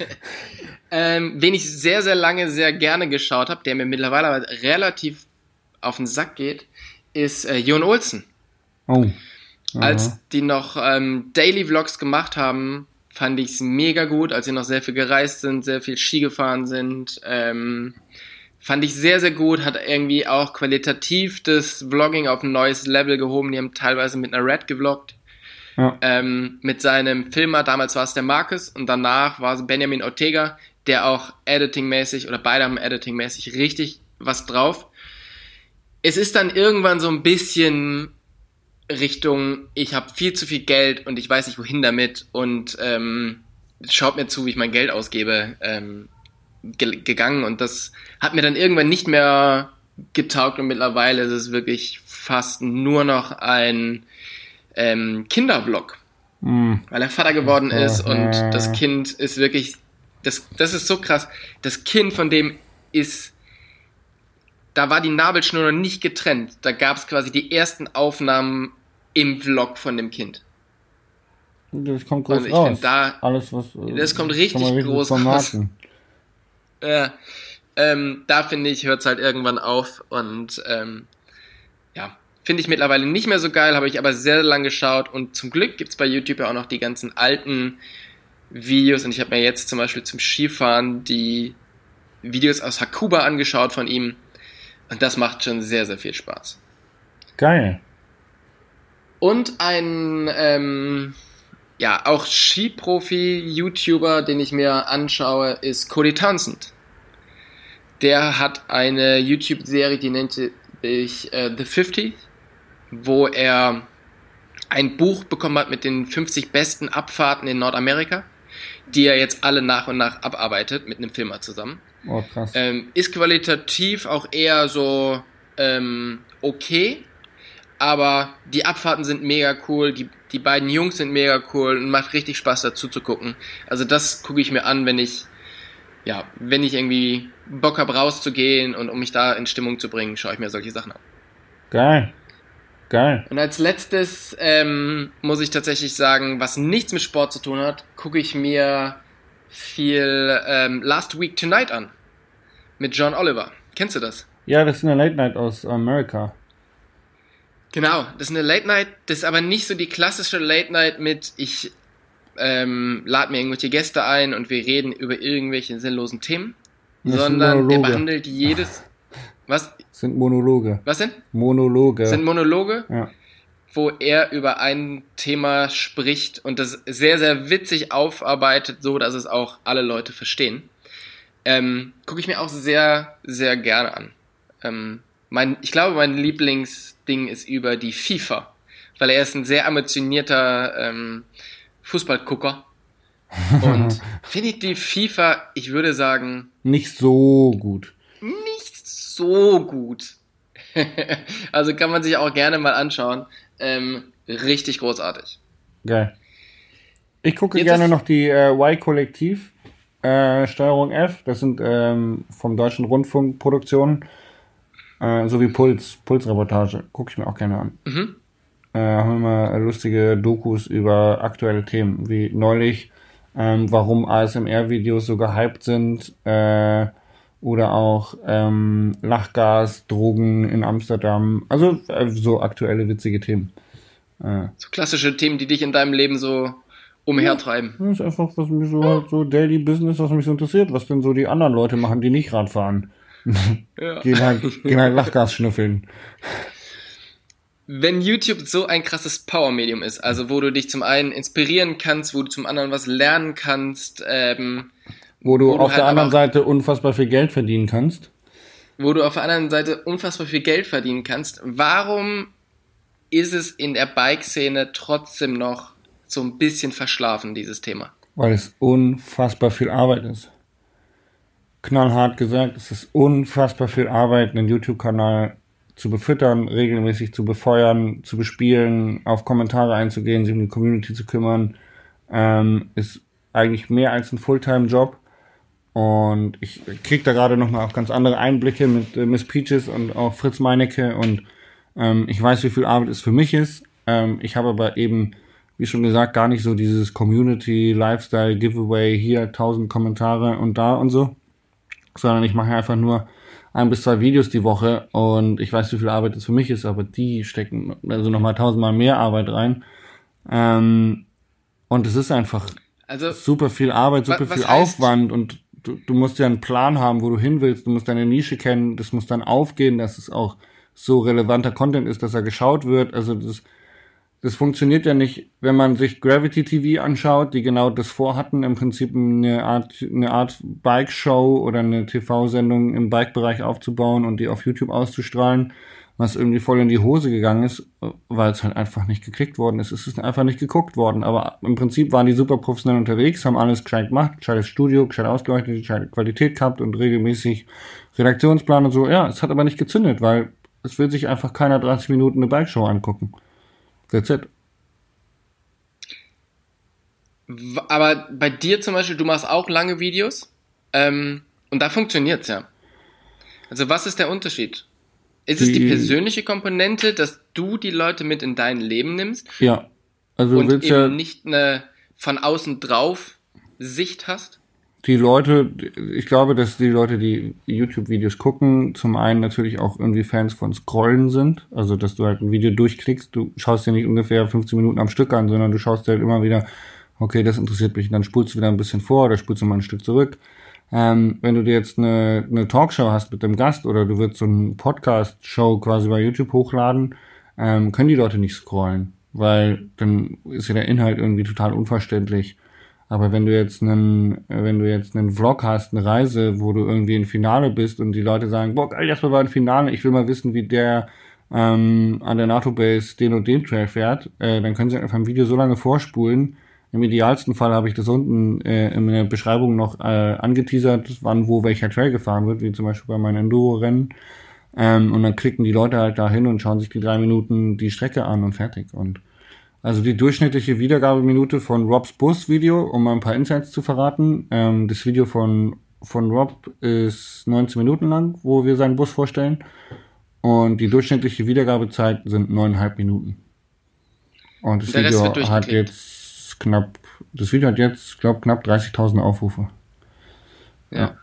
ähm, wen ich sehr, sehr lange sehr gerne geschaut habe, der mir mittlerweile aber relativ auf den Sack geht, ist äh, Jon Olsen. Oh. Aha. Als die noch ähm, Daily Vlogs gemacht haben, fand ich es mega gut, als sie noch sehr viel gereist sind, sehr viel Ski gefahren sind. Ähm, fand ich sehr, sehr gut, hat irgendwie auch qualitativ das Vlogging auf ein neues Level gehoben. Die haben teilweise mit einer Red gevloggt. Ja. Ähm, mit seinem Filmer, damals war es der Marcus und danach war es Benjamin Ortega, der auch editingmäßig, oder beide haben editingmäßig richtig was drauf. Es ist dann irgendwann so ein bisschen Richtung, ich habe viel zu viel Geld und ich weiß nicht wohin damit und ähm, schaut mir zu, wie ich mein Geld ausgebe, ähm, ge- gegangen und das hat mir dann irgendwann nicht mehr getaugt und mittlerweile ist es wirklich fast nur noch ein ähm, Kindervlog, Mm. weil er Vater geworden Ja, ist und ja. das Kind ist wirklich, das, das ist so krass, das Kind von dem ist, da war die Nabelschnur noch nicht getrennt. Da gab es quasi die ersten Aufnahmen im Vlog von dem Kind. Das kommt groß Und ich raus. find da- Alles, was, äh, das kommt kann richtig man groß vermarkten. Ja, ähm, da finde ich, hört es halt irgendwann auf und ähm, ja, finde ich mittlerweile nicht mehr so geil, habe ich aber sehr lange geschaut und zum Glück gibt es bei YouTube ja auch noch die ganzen alten Videos und ich habe mir jetzt zum Beispiel zum Skifahren die Videos aus Hakuba angeschaut von ihm und das macht schon sehr, sehr viel Spaß. Geil. Und ein, ähm, ja, auch Skiprofi-YouTuber, den ich mir anschaue, ist Cody Townsend. Der hat eine YouTube-Serie, die nennt sich äh, The fifty, wo er ein Buch bekommen hat mit den fünfzig besten Abfahrten in Nordamerika, die er jetzt alle nach und nach abarbeitet mit einem Filmer zusammen. Oh, krass. Ähm, ist qualitativ auch eher so ähm, okay, aber die Abfahrten sind mega cool, die, die beiden Jungs sind mega cool und macht richtig Spaß dazu zu gucken. Also das gucke ich mir an, wenn ich ja, wenn ich irgendwie Bock habe rauszugehen und um mich da in Stimmung zu bringen, schaue ich mir solche Sachen an. Geil. Geil. Und als letztes ähm, muss ich tatsächlich sagen, was nichts mit Sport zu tun hat, gucke ich mir viel ähm, Last Week Tonight an. Mit John Oliver. Kennst du das? Ja, das ist eine Late Night aus Amerika. Genau, das ist eine Late Night, das ist aber nicht so die klassische Late Night mit, ich ähm, lade mir irgendwelche Gäste ein und wir reden über irgendwelche sinnlosen Themen, Das sind sondern der Monologe. behandelt jedes... Was? Das sind Monologe. Was denn? Monologe. Das sind Monologe, ja. wo er über ein Thema spricht und das sehr, sehr witzig aufarbeitet, so dass es auch alle Leute verstehen. Ähm, gucke ich mir auch sehr, sehr gerne an. Ähm, mein, ich glaube, mein Lieblingsding ist über die FIFA, weil er ist ein sehr ambitionierter ähm, Fußballgucker. Und finde ich die FIFA, ich würde sagen, Nicht so gut. nicht so gut. Also kann man sich auch gerne mal anschauen. Ähm, richtig großartig. Geil. Ich gucke Jetzt gerne ist- noch die äh, Y-Kollektiv, äh, Steuerung F. Das sind ähm, vom Deutschen Rundfunk Produktionen. Äh, sowie Puls, Pulsreportage. Gucke ich mir auch gerne an. Mhm. Äh, haben immer lustige Dokus über aktuelle Themen, wie neulich, ähm, warum A S M R-Videos so gehypt sind, äh, oder auch ähm, Lachgas, Drogen in Amsterdam, also äh, so aktuelle witzige Themen. Äh, So klassische Themen, die dich in deinem Leben so umhertreiben. das ist einfach, was mich so halt so Daily Business, was mich so interessiert, was denn so die anderen Leute machen, die nicht Rad fahren. Ja. gehen halt, gehen halt Lachgas schnüffeln. Wenn YouTube so ein krasses Power-Medium ist, also wo du dich zum einen inspirieren kannst, wo du zum anderen was lernen kannst, ähm, Wo du Wo du auf halt der aber anderen auch- Seite unfassbar viel Geld verdienen kannst. wo du auf der anderen Seite unfassbar viel Geld verdienen kannst. Warum ist es in der Bike-Szene trotzdem noch so ein bisschen verschlafen, dieses Thema? Weil es unfassbar viel Arbeit ist. Knallhart gesagt, es ist unfassbar viel Arbeit, einen YouTube-Kanal zu befüttern, regelmäßig zu befeuern, zu bespielen, auf Kommentare einzugehen, sich um die Community zu kümmern, ähm, ist eigentlich mehr als ein Fulltime-Job. Und ich kriege da gerade nochmal auch ganz andere Einblicke mit äh, Miss Peaches und auch Fritz Meinecke und ähm, ich weiß, wie viel Arbeit es für mich ist. Ähm, ich habe aber eben, wie schon gesagt, gar nicht so dieses Community, Lifestyle, Giveaway, hier tausend Kommentare und da und so, sondern ich mache einfach nur ein bis zwei Videos die Woche und ich weiß, wie viel Arbeit das für mich ist, aber die stecken also nochmal tausendmal mehr Arbeit rein. Ähm, und es ist einfach also, super viel Arbeit, super viel Aufwand und du, du musst ja einen Plan haben, wo du hin willst, du musst deine Nische kennen, das muss dann aufgehen, dass es auch so relevanter Content ist, dass er geschaut wird. Also das, das funktioniert ja nicht, wenn man sich Gravity T V anschaut, die genau das vorhatten, im Prinzip eine Art, eine Art Bike-Show oder eine T V-Sendung im Bike-Bereich aufzubauen und die auf YouTube auszustrahlen, was irgendwie voll in die Hose gegangen ist, weil es halt einfach nicht gekriegt worden ist. Es ist einfach nicht geguckt worden, aber im Prinzip waren die super professionell unterwegs, haben alles gescheit gemacht, gescheites Studio, gescheit ausgeleuchtet, gescheite Qualität gehabt und regelmäßig Redaktionsplan und so. Ja, es hat aber nicht gezündet, weil es will sich einfach keiner dreißig Minuten eine Bike-Show angucken. That's it. Aber bei dir zum Beispiel, du machst auch lange Videos ähm, und da funktioniert's ja. Also was ist der Unterschied? Ist die, es die persönliche Komponente, dass du die Leute mit in dein Leben nimmst? Ja. Also und willst eben ja nicht eine von außen drauf Sicht hast? Die Leute, ich glaube, dass die Leute, die YouTube-Videos gucken, zum einen natürlich auch irgendwie Fans von Scrollen sind. Also, dass du halt ein Video durchklickst, du schaust dir nicht ungefähr fünfzehn Minuten am Stück an, sondern du schaust dir halt immer wieder, okay, das interessiert mich, und dann spulst du wieder ein bisschen vor oder spulst du mal ein Stück zurück. Ähm, wenn du dir jetzt eine, eine Talkshow hast mit dem Gast oder du willst so eine Podcast-Show quasi bei YouTube hochladen, ähm, können die Leute nicht scrollen, weil dann ist ja der Inhalt irgendwie total unverständlich. Aber wenn du jetzt einen, wenn du jetzt einen Vlog hast, eine Reise, wo du irgendwie im Finale bist und die Leute sagen, boah, geil, das war ein Finale, ich will mal wissen, wie der ähm, an der NATO-Base den und den Trail fährt, äh, dann können sie einfach ein Video so lange vorspulen. Im idealsten Fall habe ich das unten äh, in der Beschreibung noch äh, angeteasert, wann wo welcher Trail gefahren wird, wie zum Beispiel bei meinen Enduro-Rennen. Ähm, und dann klicken die Leute halt da hin und schauen sich die drei Minuten die Strecke an und fertig. Und also die durchschnittliche Wiedergabeminute von Robs Bus-Video, um mal ein paar Insights zu verraten. Ähm, das Video von von Rob ist neunzehn Minuten lang, wo wir seinen Bus vorstellen. Und die durchschnittliche Wiedergabezeit sind neuneinhalb Minuten. Und das Video hat jetzt knapp, das Video hat jetzt, ich glaube, knapp dreißigtausend Aufrufe. Ja. ja.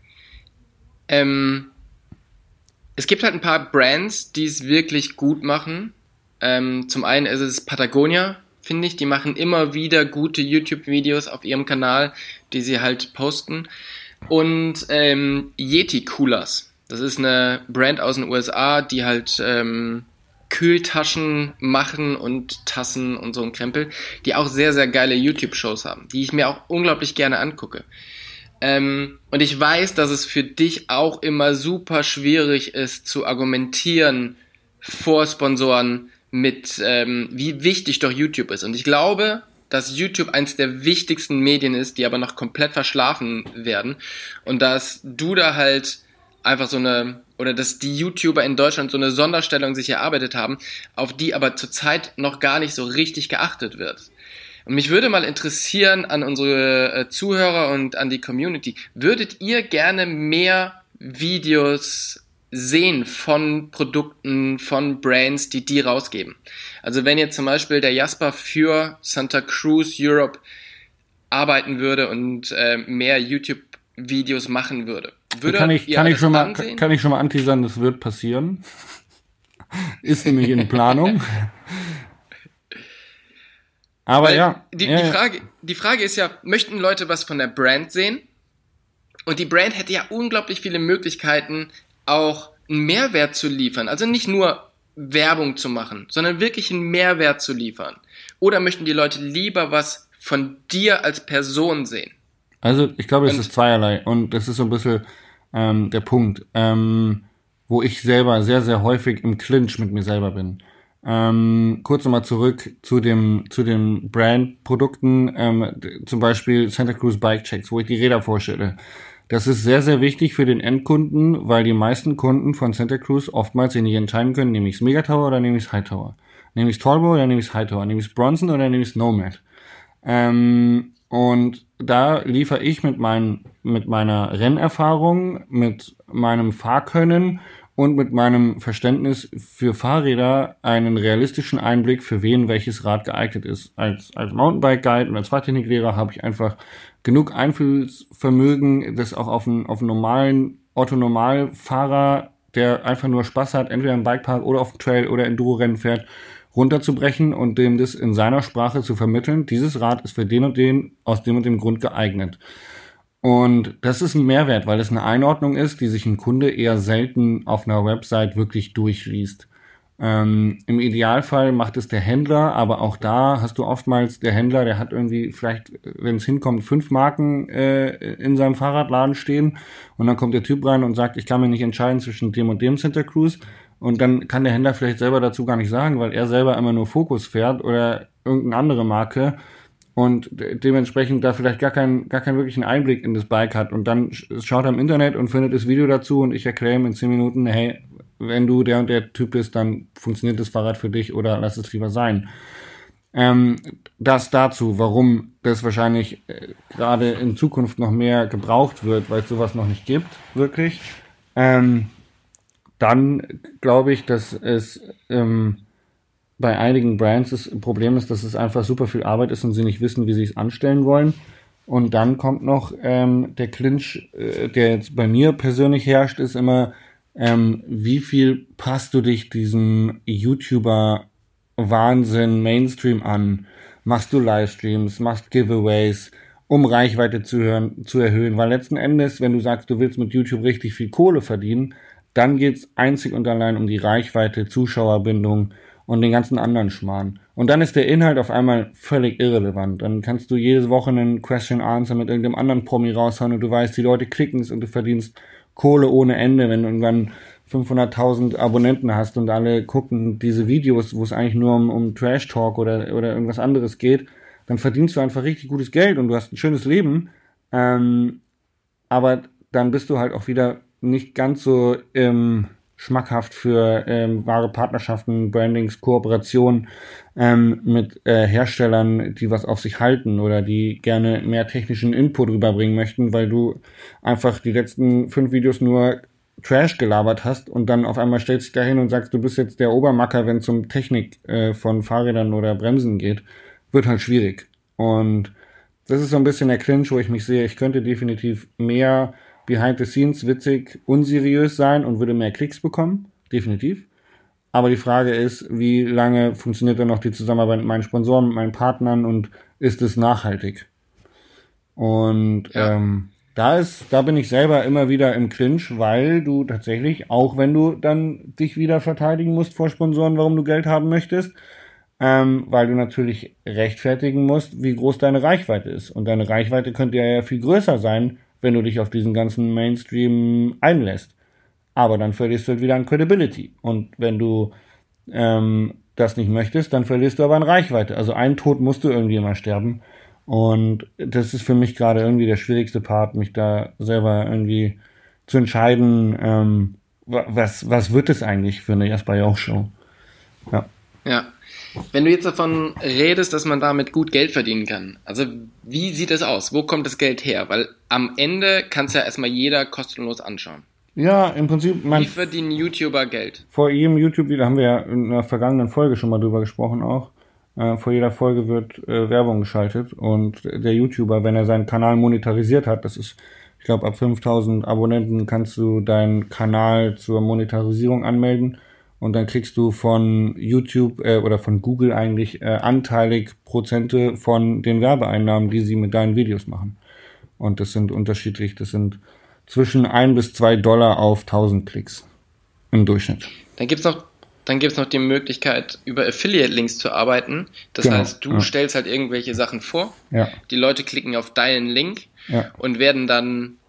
Ähm, es gibt halt ein paar Brands, die es wirklich gut machen. Ähm, zum einen ist es Patagonia, finde ich. Die machen immer wieder gute YouTube-Videos auf ihrem Kanal, die sie halt posten. Und ähm, Yeti Coolers. Das ist eine Brand aus den U S A, die halt ähm, Kühltaschen machen und Tassen und so ein Krempel, die auch sehr, sehr geile YouTube-Shows haben, die ich mir auch unglaublich gerne angucke. Ähm, und ich weiß, dass es für dich auch immer super schwierig ist, zu argumentieren vor Sponsoren mit, ähm, wie wichtig doch YouTube ist. Und ich glaube, dass YouTube eins der wichtigsten Medien ist, die aber noch komplett verschlafen werden. Und dass du da halt einfach so eine, oder dass die YouTuber in Deutschland so eine Sonderstellung sich erarbeitet haben, auf die aber zurzeit noch gar nicht so richtig geachtet wird. Und mich würde mal interessieren an unsere äh, Zuhörer und an die Community, würdet ihr gerne mehr Videos sehen von Produkten, von Brands, die die rausgeben? Also wenn jetzt zum Beispiel der Jasper für Santa Cruz Europe arbeiten würde und äh, mehr YouTube-Videos machen würde, würde kann ich, kann ich schon mal, kann, kann ich schon mal anteasern, das wird passieren. Ist nämlich in Planung. Aber Weil ja. Die, ja, die, Frage, die Frage ist ja, möchten Leute was von der Brand sehen? Und die Brand hätte ja unglaublich viele Möglichkeiten, auch einen Mehrwert zu liefern. Also nicht nur Werbung zu machen, sondern wirklich einen Mehrwert zu liefern. Oder möchten die Leute lieber was von dir als Person sehen? Also ich glaube, es ist zweierlei. Und das ist so ein bisschen ähm, der Punkt, ähm, wo ich selber sehr, sehr häufig im Clinch mit mir selber bin. Ähm, kurz nochmal zurück zu dem zu den Brand-Produkten, ähm, zum Beispiel Santa Cruz Bike Checks, wo ich die Räder vorstelle. Das ist sehr, sehr wichtig für den Endkunden, weil die meisten Kunden von Santa Cruz oftmals sich nicht entscheiden können, nehme ich das Megatower oder nehme ich das Hightower. Nehme ich das Tallboy oder nehme ich das Hightower. Nehme ich das Bronson oder nehme ich das Nomad. Ähm, und da liefere ich mit meinen mit meiner Rennerfahrung, mit meinem Fahrkönnen und mit meinem Verständnis für Fahrräder einen realistischen Einblick, für wen welches Rad geeignet ist. Als, als Mountainbike-Guide und als Fahrtechniklehrer habe ich einfach genug Einfühlsvermögen, das auch auf einen, auf einen normalen Otto-Normalfahrer, der einfach nur Spaß hat, entweder im Bikepark oder auf dem Trail oder Enduro-Rennen fährt, runterzubrechen und dem das in seiner Sprache zu vermitteln. Dieses Rad ist für den und den aus dem und dem Grund geeignet. Und das ist ein Mehrwert, weil es eine Einordnung ist, die sich ein Kunde eher selten auf einer Website wirklich durchliest. Ähm, im Idealfall macht es der Händler, aber auch da hast du oftmals der Händler, der hat irgendwie vielleicht, wenn es hinkommt, fünf Marken äh, in seinem Fahrradladen stehen und dann kommt der Typ rein und sagt, ich kann mir nicht entscheiden zwischen dem und dem Santa Cruz und dann kann der Händler vielleicht selber dazu gar nicht sagen, weil er selber immer nur Focus fährt oder irgendeine andere Marke und dementsprechend da vielleicht gar keinen gar keinen wirklichen Einblick in das Bike hat und dann schaut er im Internet und findet das Video dazu und ich erkläre ihm in zehn Minuten, hey, wenn du der und der Typ bist, dann funktioniert das Fahrrad für dich oder lass es lieber sein. Ähm, das dazu, warum das wahrscheinlich äh, gerade in Zukunft noch mehr gebraucht wird, weil es sowas noch nicht gibt, wirklich. Ähm, dann glaube ich, dass es ähm, bei einigen Brands das Problem ist, dass es einfach super viel Arbeit ist und sie nicht wissen, wie sie es anstellen wollen. Und dann kommt noch ähm, der Clinch, äh, der jetzt bei mir persönlich herrscht, ist immer, ähm, wie viel passt du dich diesem YouTuber-Wahnsinn Mainstream an? Machst du Livestreams, machst Giveaways, um Reichweite zu, hören, zu erhöhen? Weil letzten Endes, wenn du sagst, du willst mit YouTube richtig viel Kohle verdienen, dann geht's einzig und allein um die Reichweite, Zuschauerbindung und den ganzen anderen Schmarrn. Und dann ist der Inhalt auf einmal völlig irrelevant. Dann kannst du jede Woche einen Question-Answer mit irgendeinem anderen Promi raushauen und du weißt, die Leute klicken es und du verdienst Kohle ohne Ende, wenn du irgendwann fünfhunderttausend Abonnenten hast und alle gucken diese Videos, wo es eigentlich nur um, um Trash-Talk oder, oder irgendwas anderes geht, dann verdienst du einfach richtig gutes Geld und du hast ein schönes Leben. Ähm, aber dann bist du halt auch wieder nicht ganz so ähm, schmackhaft für ähm, wahre Partnerschaften, Brandings, Kooperationen ähm, mit äh, Herstellern, die was auf sich halten oder die gerne mehr technischen Input rüberbringen möchten, weil du einfach die letzten fünf Videos nur Trash gelabert hast und dann auf einmal stellst du dich dahin und sagst, du bist jetzt der Obermacker, wenn es um Technik äh, von Fahrrädern oder Bremsen geht, wird halt schwierig. Und das ist so ein bisschen der Clinch, wo ich mich sehe, ich könnte definitiv mehr behind the scenes witzig, unseriös sein und würde mehr Klicks bekommen, definitiv. Aber die Frage ist, wie lange funktioniert dann noch die Zusammenarbeit mit meinen Sponsoren, mit meinen Partnern und ist es nachhaltig? Und ja. ähm, da ist, da bin ich selber immer wieder im Clinch, weil du tatsächlich, auch wenn du dann dich wieder verteidigen musst vor Sponsoren, warum du Geld haben möchtest, ähm, weil du natürlich rechtfertigen musst, wie groß deine Reichweite ist. Und deine Reichweite könnte ja viel größer sein, wenn du dich auf diesen ganzen Mainstream einlässt. Aber dann verlierst du halt wieder an Credibility. Und wenn du ähm, das nicht möchtest, dann verlierst du aber an Reichweite. Also ein Tod musst du irgendwie immer sterben. Und das ist für mich gerade irgendwie der schwierigste Part, mich da selber irgendwie zu entscheiden, ähm, was, was wird es eigentlich für eine Jasper Jauch Show? Ja. Ja. Wenn du jetzt davon redest, dass man damit gut Geld verdienen kann, also wie sieht es aus? Wo kommt das Geld her? Weil am Ende kann es ja erstmal jeder kostenlos anschauen. Ja, im Prinzip... Mein wie verdienen YouTuber Geld? Vor jedem YouTube-Video, haben wir ja in einer vergangenen Folge schon mal drüber gesprochen auch, äh, vor jeder Folge wird äh, Werbung geschaltet und der YouTuber, wenn er seinen Kanal monetarisiert hat, das ist, ich glaube, ab fünftausend Abonnenten kannst du deinen Kanal zur Monetarisierung anmelden. Und dann kriegst du von YouTube äh, oder von Google eigentlich äh, anteilig Prozente von den Werbeeinnahmen, die sie mit deinen Videos machen. Und das sind unterschiedlich, das sind zwischen ein bis zwei Dollar auf tausend Klicks im Durchschnitt. Dann gibt's noch, dann gibt's noch die Möglichkeit, über Affiliate-Links zu arbeiten. Das genau, heißt, du ja. stellst halt irgendwelche Sachen vor, ja. die Leute klicken auf deinen Link ja. und werden dann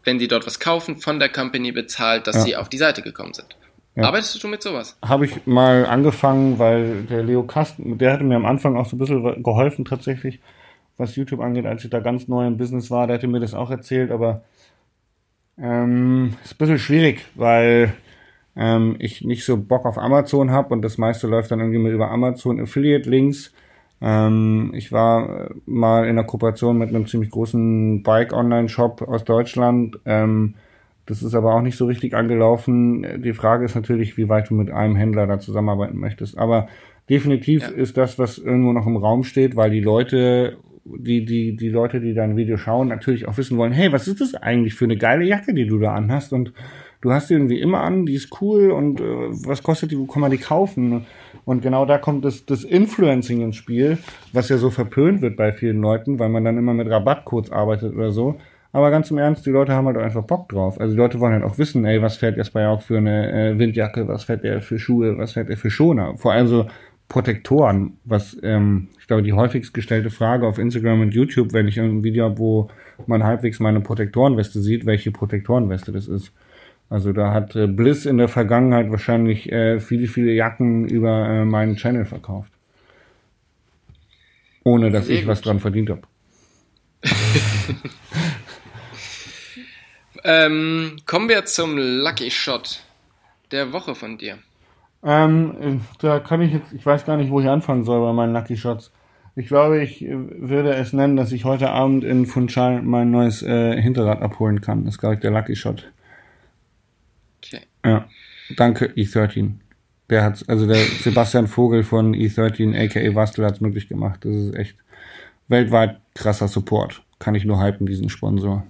wenn die dort was kaufen, von der Company bezahlt, dass Ja. sie auf die Seite gekommen sind. Ja. Arbeitest du mit sowas? Habe ich mal angefangen, weil der Leo Kasten, der hatte mir am Anfang auch so ein bisschen geholfen tatsächlich, was YouTube angeht, als ich da ganz neu im Business war. Der hatte mir das auch erzählt, aber ähm, ist ein bisschen schwierig, weil ähm, ich nicht so Bock auf Amazon habe und das meiste läuft dann irgendwie über Amazon Affiliate Links. Ähm, ich war mal in einer Kooperation mit einem ziemlich großen Bike-Online-Shop aus Deutschland. Ähm, das ist aber auch nicht so richtig angelaufen. Die Frage ist natürlich, wie weit du mit einem Händler da zusammenarbeiten möchtest. Aber definitiv Ja. ist das, was irgendwo noch im Raum steht, weil die Leute, die, die, die Leute, die dein Video schauen, natürlich auch wissen wollen, hey, was ist das eigentlich für eine geile Jacke, die du da anhast? Und du hast die irgendwie immer an, die ist cool und äh, was kostet die, wo kann man die kaufen? Und genau da kommt das, das Influencing ins Spiel, was ja so verpönt wird bei vielen Leuten, weil man dann immer mit Rabattcodes arbeitet oder so. Aber ganz im Ernst, die Leute haben halt auch einfach Bock drauf. Also die Leute wollen halt auch wissen, ey, was fährt jetzt bei auch für eine äh, Windjacke, was fährt der für Schuhe, was fährt der für Schoner? Vor allem so Protektoren, was, ähm, ich glaube, die häufigst gestellte Frage auf Instagram und YouTube, wenn ich ein Video habe, wo man halbwegs meine Protektorenweste sieht, welche Protektorenweste das ist. Also da hat äh, Bliss in der Vergangenheit wahrscheinlich äh, viele, viele Jacken über äh, meinen Channel verkauft. Ohne, dass Sehr ich gut. was dran verdient habe. Ähm, kommen wir zum Lucky Shot der Woche von dir. Ähm, äh, da kann ich jetzt, ich weiß gar nicht, wo ich anfangen soll bei meinen Lucky Shots. Ich glaube, ich äh, würde es nennen, dass ich heute Abend in Funchal mein neues äh, Hinterrad abholen kann. Das ist, glaube ich, der Lucky Shot. Okay. Ja. Danke, E dreizehn. Der hat's, also der Sebastian Vogel von E dreizehn, aka Wastel, hat's möglich gemacht. Das ist echt weltweit krasser Support. Kann ich nur hypen, diesen Sponsor.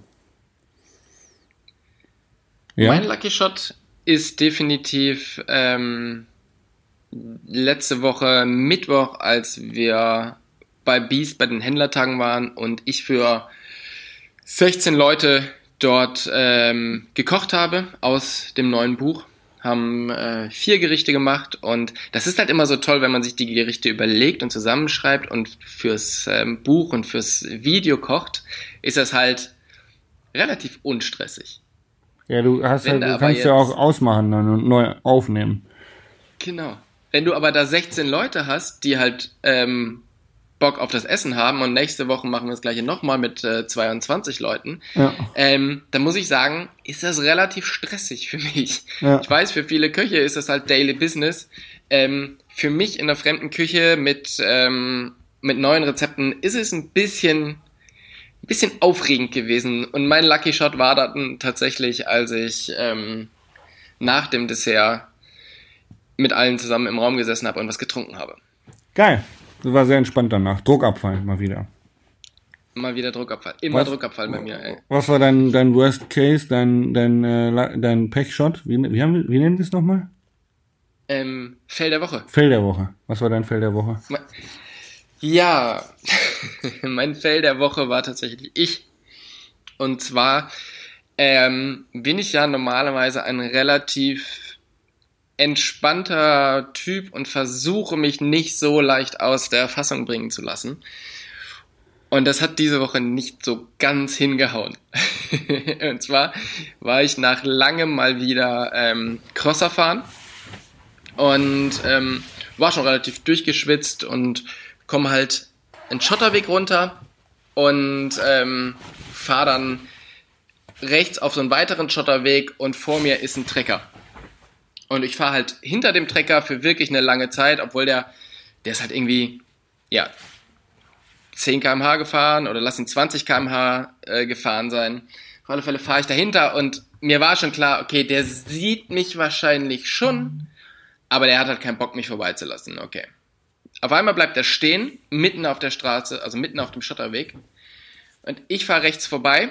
Ja? Mein Lucky Shot ist definitiv ähm, letzte Woche Mittwoch, als wir bei Beast bei den Händlertagen waren und ich für sechzehn Leute dort ähm, gekocht habe aus dem neuen Buch. Haben äh, vier Gerichte gemacht und das ist halt immer so toll, wenn man sich die Gerichte überlegt und zusammenschreibt und fürs ähm, Buch und fürs Video kocht, ist das halt relativ unstressig. Ja, du hast Wenn halt, da du aber kannst ja jetzt- auch ausmachen dann und neu aufnehmen. Genau. Wenn du aber da sechzehn Leute hast, die halt ähm, Bock auf das Essen haben und nächste Woche machen wir das gleiche nochmal mit äh, zweiundzwanzig Leuten, Ja. ähm, dann muss ich sagen, ist das relativ stressig für mich. Ja. Ich weiß, für viele Köche ist das halt Daily Business. Ähm, für mich in der fremden Küche mit, ähm, mit neuen Rezepten ist es ein bisschen, ein bisschen aufregend gewesen. Und mein Lucky Shot war dann tatsächlich, als ich ähm, nach dem Dessert mit allen zusammen im Raum gesessen habe und was getrunken habe. Geil. Das war sehr entspannt danach. Druckabfall mal wieder. Mal wieder Druckabfall. Immer Was? Druckabfall bei mir, ey. Was war dein, dein Worst Case, dein, dein, äh, La- dein Pechshot? Wie, wie, haben, wir- wie nennen wir es nochmal? Ähm, Fell der Woche. Fell der Woche. Was war dein Fell der Woche? Ja, mein Fail der Woche war tatsächlich ich. Und zwar ähm, bin ich ja normalerweise ein relativ entspannter Typ und versuche mich nicht so leicht aus der Fassung bringen zu lassen. Und das hat diese Woche nicht so ganz hingehauen. Und zwar war ich nach langem mal wieder ähm, Crosser fahren und ähm, war schon relativ durchgeschwitzt und komme halt einen Schotterweg runter und ähm, fahre dann rechts auf so einen weiteren Schotterweg und vor mir ist ein Trecker. Und ich fahre halt hinter dem Trecker für wirklich eine lange Zeit, obwohl der, der ist halt irgendwie, ja, zehn Kilometer pro Stunde gefahren oder lass ihn zwanzig Kilometer pro Stunde äh, gefahren sein. Auf alle Fälle fahre ich dahinter und mir war schon klar, okay, der sieht mich wahrscheinlich schon, aber der hat halt keinen Bock, mich vorbeizulassen, okay. Auf einmal bleibt er stehen, mitten auf der Straße, also mitten auf dem Schotterweg. Und ich fahre rechts vorbei.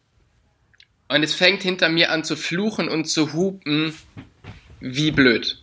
Und es fängt hinter mir an zu fluchen und zu hupen. Wie blöd.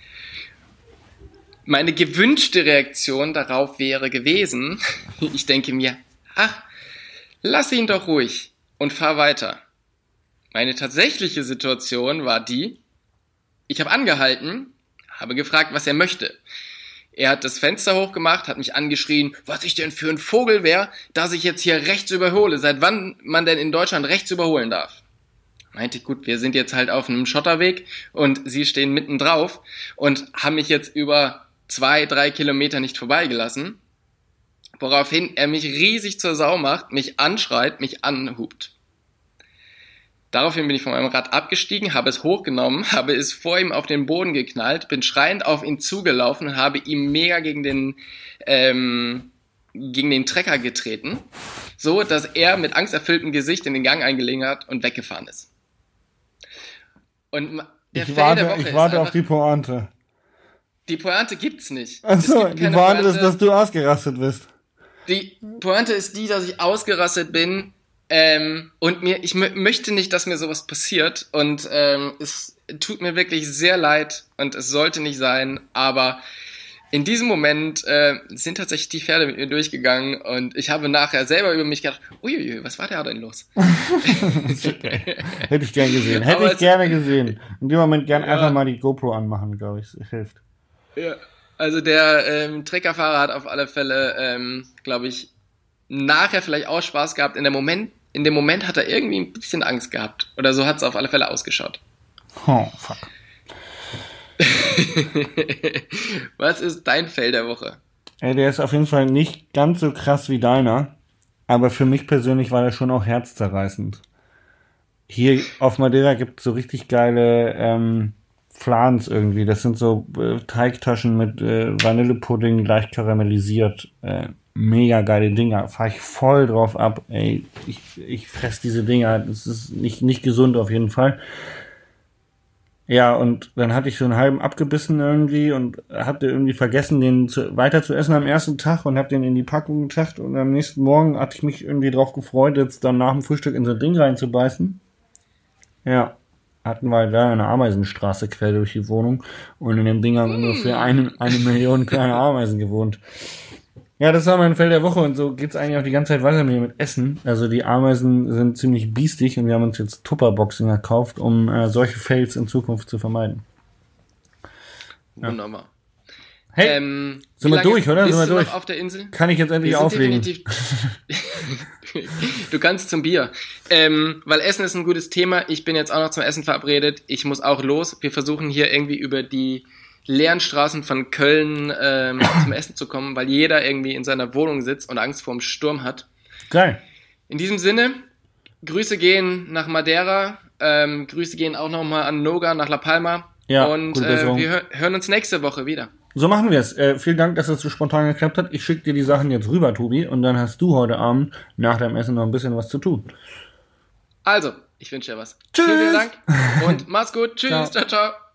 Meine gewünschte Reaktion darauf wäre gewesen, ich denke mir, ach, lass ihn doch ruhig und fahr weiter. Meine tatsächliche Situation war die, ich habe angehalten, habe gefragt, was er möchte. Er hat das Fenster hochgemacht, hat mich angeschrien, was ich denn für ein Vogel wäre, dass ich jetzt hier rechts überhole. Seit wann man denn in Deutschland rechts überholen darf? meinte ich, gut, wir sind jetzt halt auf einem Schotterweg und sie stehen mitten drauf und haben mich jetzt über zwei, drei Kilometer nicht vorbeigelassen, woraufhin er mich riesig zur Sau macht, mich anschreit, mich anhupt. Daraufhin bin ich von meinem Rad abgestiegen, habe es hochgenommen, habe es vor ihm auf den Boden geknallt, bin schreiend auf ihn zugelaufen und habe ihm mega gegen den, ähm, gegen den Trecker getreten, so dass er mit angsterfülltem Gesicht in den Gang eingelegen hat und weggefahren ist. Und der ich Fail warte, der Woche ich warte ist auf die Pointe. Die Pointe gibt's nicht. Achso, die Pointe ist, dass du ausgerastet bist. Die Pointe ist die, dass ich ausgerastet bin, ähm, und mir, ich m- möchte nicht, dass mir sowas passiert, und ähm, es tut mir wirklich sehr leid und es sollte nicht sein, aber in diesem Moment äh, sind tatsächlich die Pferde mit mir durchgegangen und ich habe nachher selber über mich gedacht, uiuiui, was war da denn los? Hätte ich gern gesehen, hätte Aber ich es- gerne gesehen. In dem Moment gern Ja. einfach mal die GoPro anmachen, glaube ich, es hilft. Ja, also der ähm, Treckerfahrer hat auf alle Fälle, ähm, glaube ich, nachher vielleicht auch Spaß gehabt. In, der Moment, in dem Moment hat er irgendwie ein bisschen Angst gehabt. Oder so hat es auf alle Fälle ausgeschaut. Oh, fuck. Was ist dein Fail der Woche? Ey, der ist auf jeden Fall nicht ganz so krass wie deiner, aber für mich persönlich war der schon auch herzzerreißend. Hier auf Madeira gibt es so richtig geile ähm, Flans irgendwie. Das sind so äh, Teigtaschen mit äh, Vanillepudding leicht karamellisiert. Äh, mega geile Dinger. Fahre ich voll drauf ab. Ey, ich, ich fress diese Dinger. Das ist nicht, nicht gesund auf jeden Fall. Ja, und dann hatte ich so einen halben abgebissen irgendwie und hatte irgendwie vergessen, den zu, weiter zu essen am ersten Tag und habe den in die Packung gebracht und am nächsten Morgen hatte ich mich irgendwie drauf gefreut, jetzt dann nach dem Frühstück in so ein Ding reinzubeißen. Ja, hatten wir da eine Ameisenstraße quer durch die Wohnung und in dem Ding haben ungefähr eine, eine Million kleine Ameisen gewohnt. Ja, das war mein Fell der Woche und so geht's eigentlich auch die ganze Zeit weiter mit mit Essen. Also die Ameisen sind ziemlich biestig und wir haben uns jetzt Tupperboxen gekauft, um äh, solche Fails in Zukunft zu vermeiden. Ja. Wunderbar. Hey, ähm, sind wie wir durch, lange oder? bist Sind wir du durch? noch auf der Insel? Kann ich jetzt endlich Wir sind auflegen? definitiv- Du kannst zum Bier. Ähm, weil Essen ist ein gutes Thema. Ich bin jetzt auch noch zum Essen verabredet. Ich muss auch los. Wir versuchen hier irgendwie über die leeren Straßen von Köln ähm, zum Essen zu kommen, weil jeder irgendwie in seiner Wohnung sitzt und Angst vor dem Sturm hat. Geil. In diesem Sinne, Grüße gehen nach Madeira, ähm, Grüße gehen auch nochmal an Noga nach La Palma. Ja, und gute äh, Besserung. wir hör- hören uns nächste Woche wieder. So machen wir es. Äh, vielen Dank, dass es so spontan geklappt hat. Ich schicke dir die Sachen jetzt rüber, Tobi, und dann hast du heute Abend nach deinem Essen noch ein bisschen was zu tun. Also, ich wünsche dir was. Tschüss. Vielen, vielen Dank und mach's gut. Tschüss, Ciao. ciao, ciao.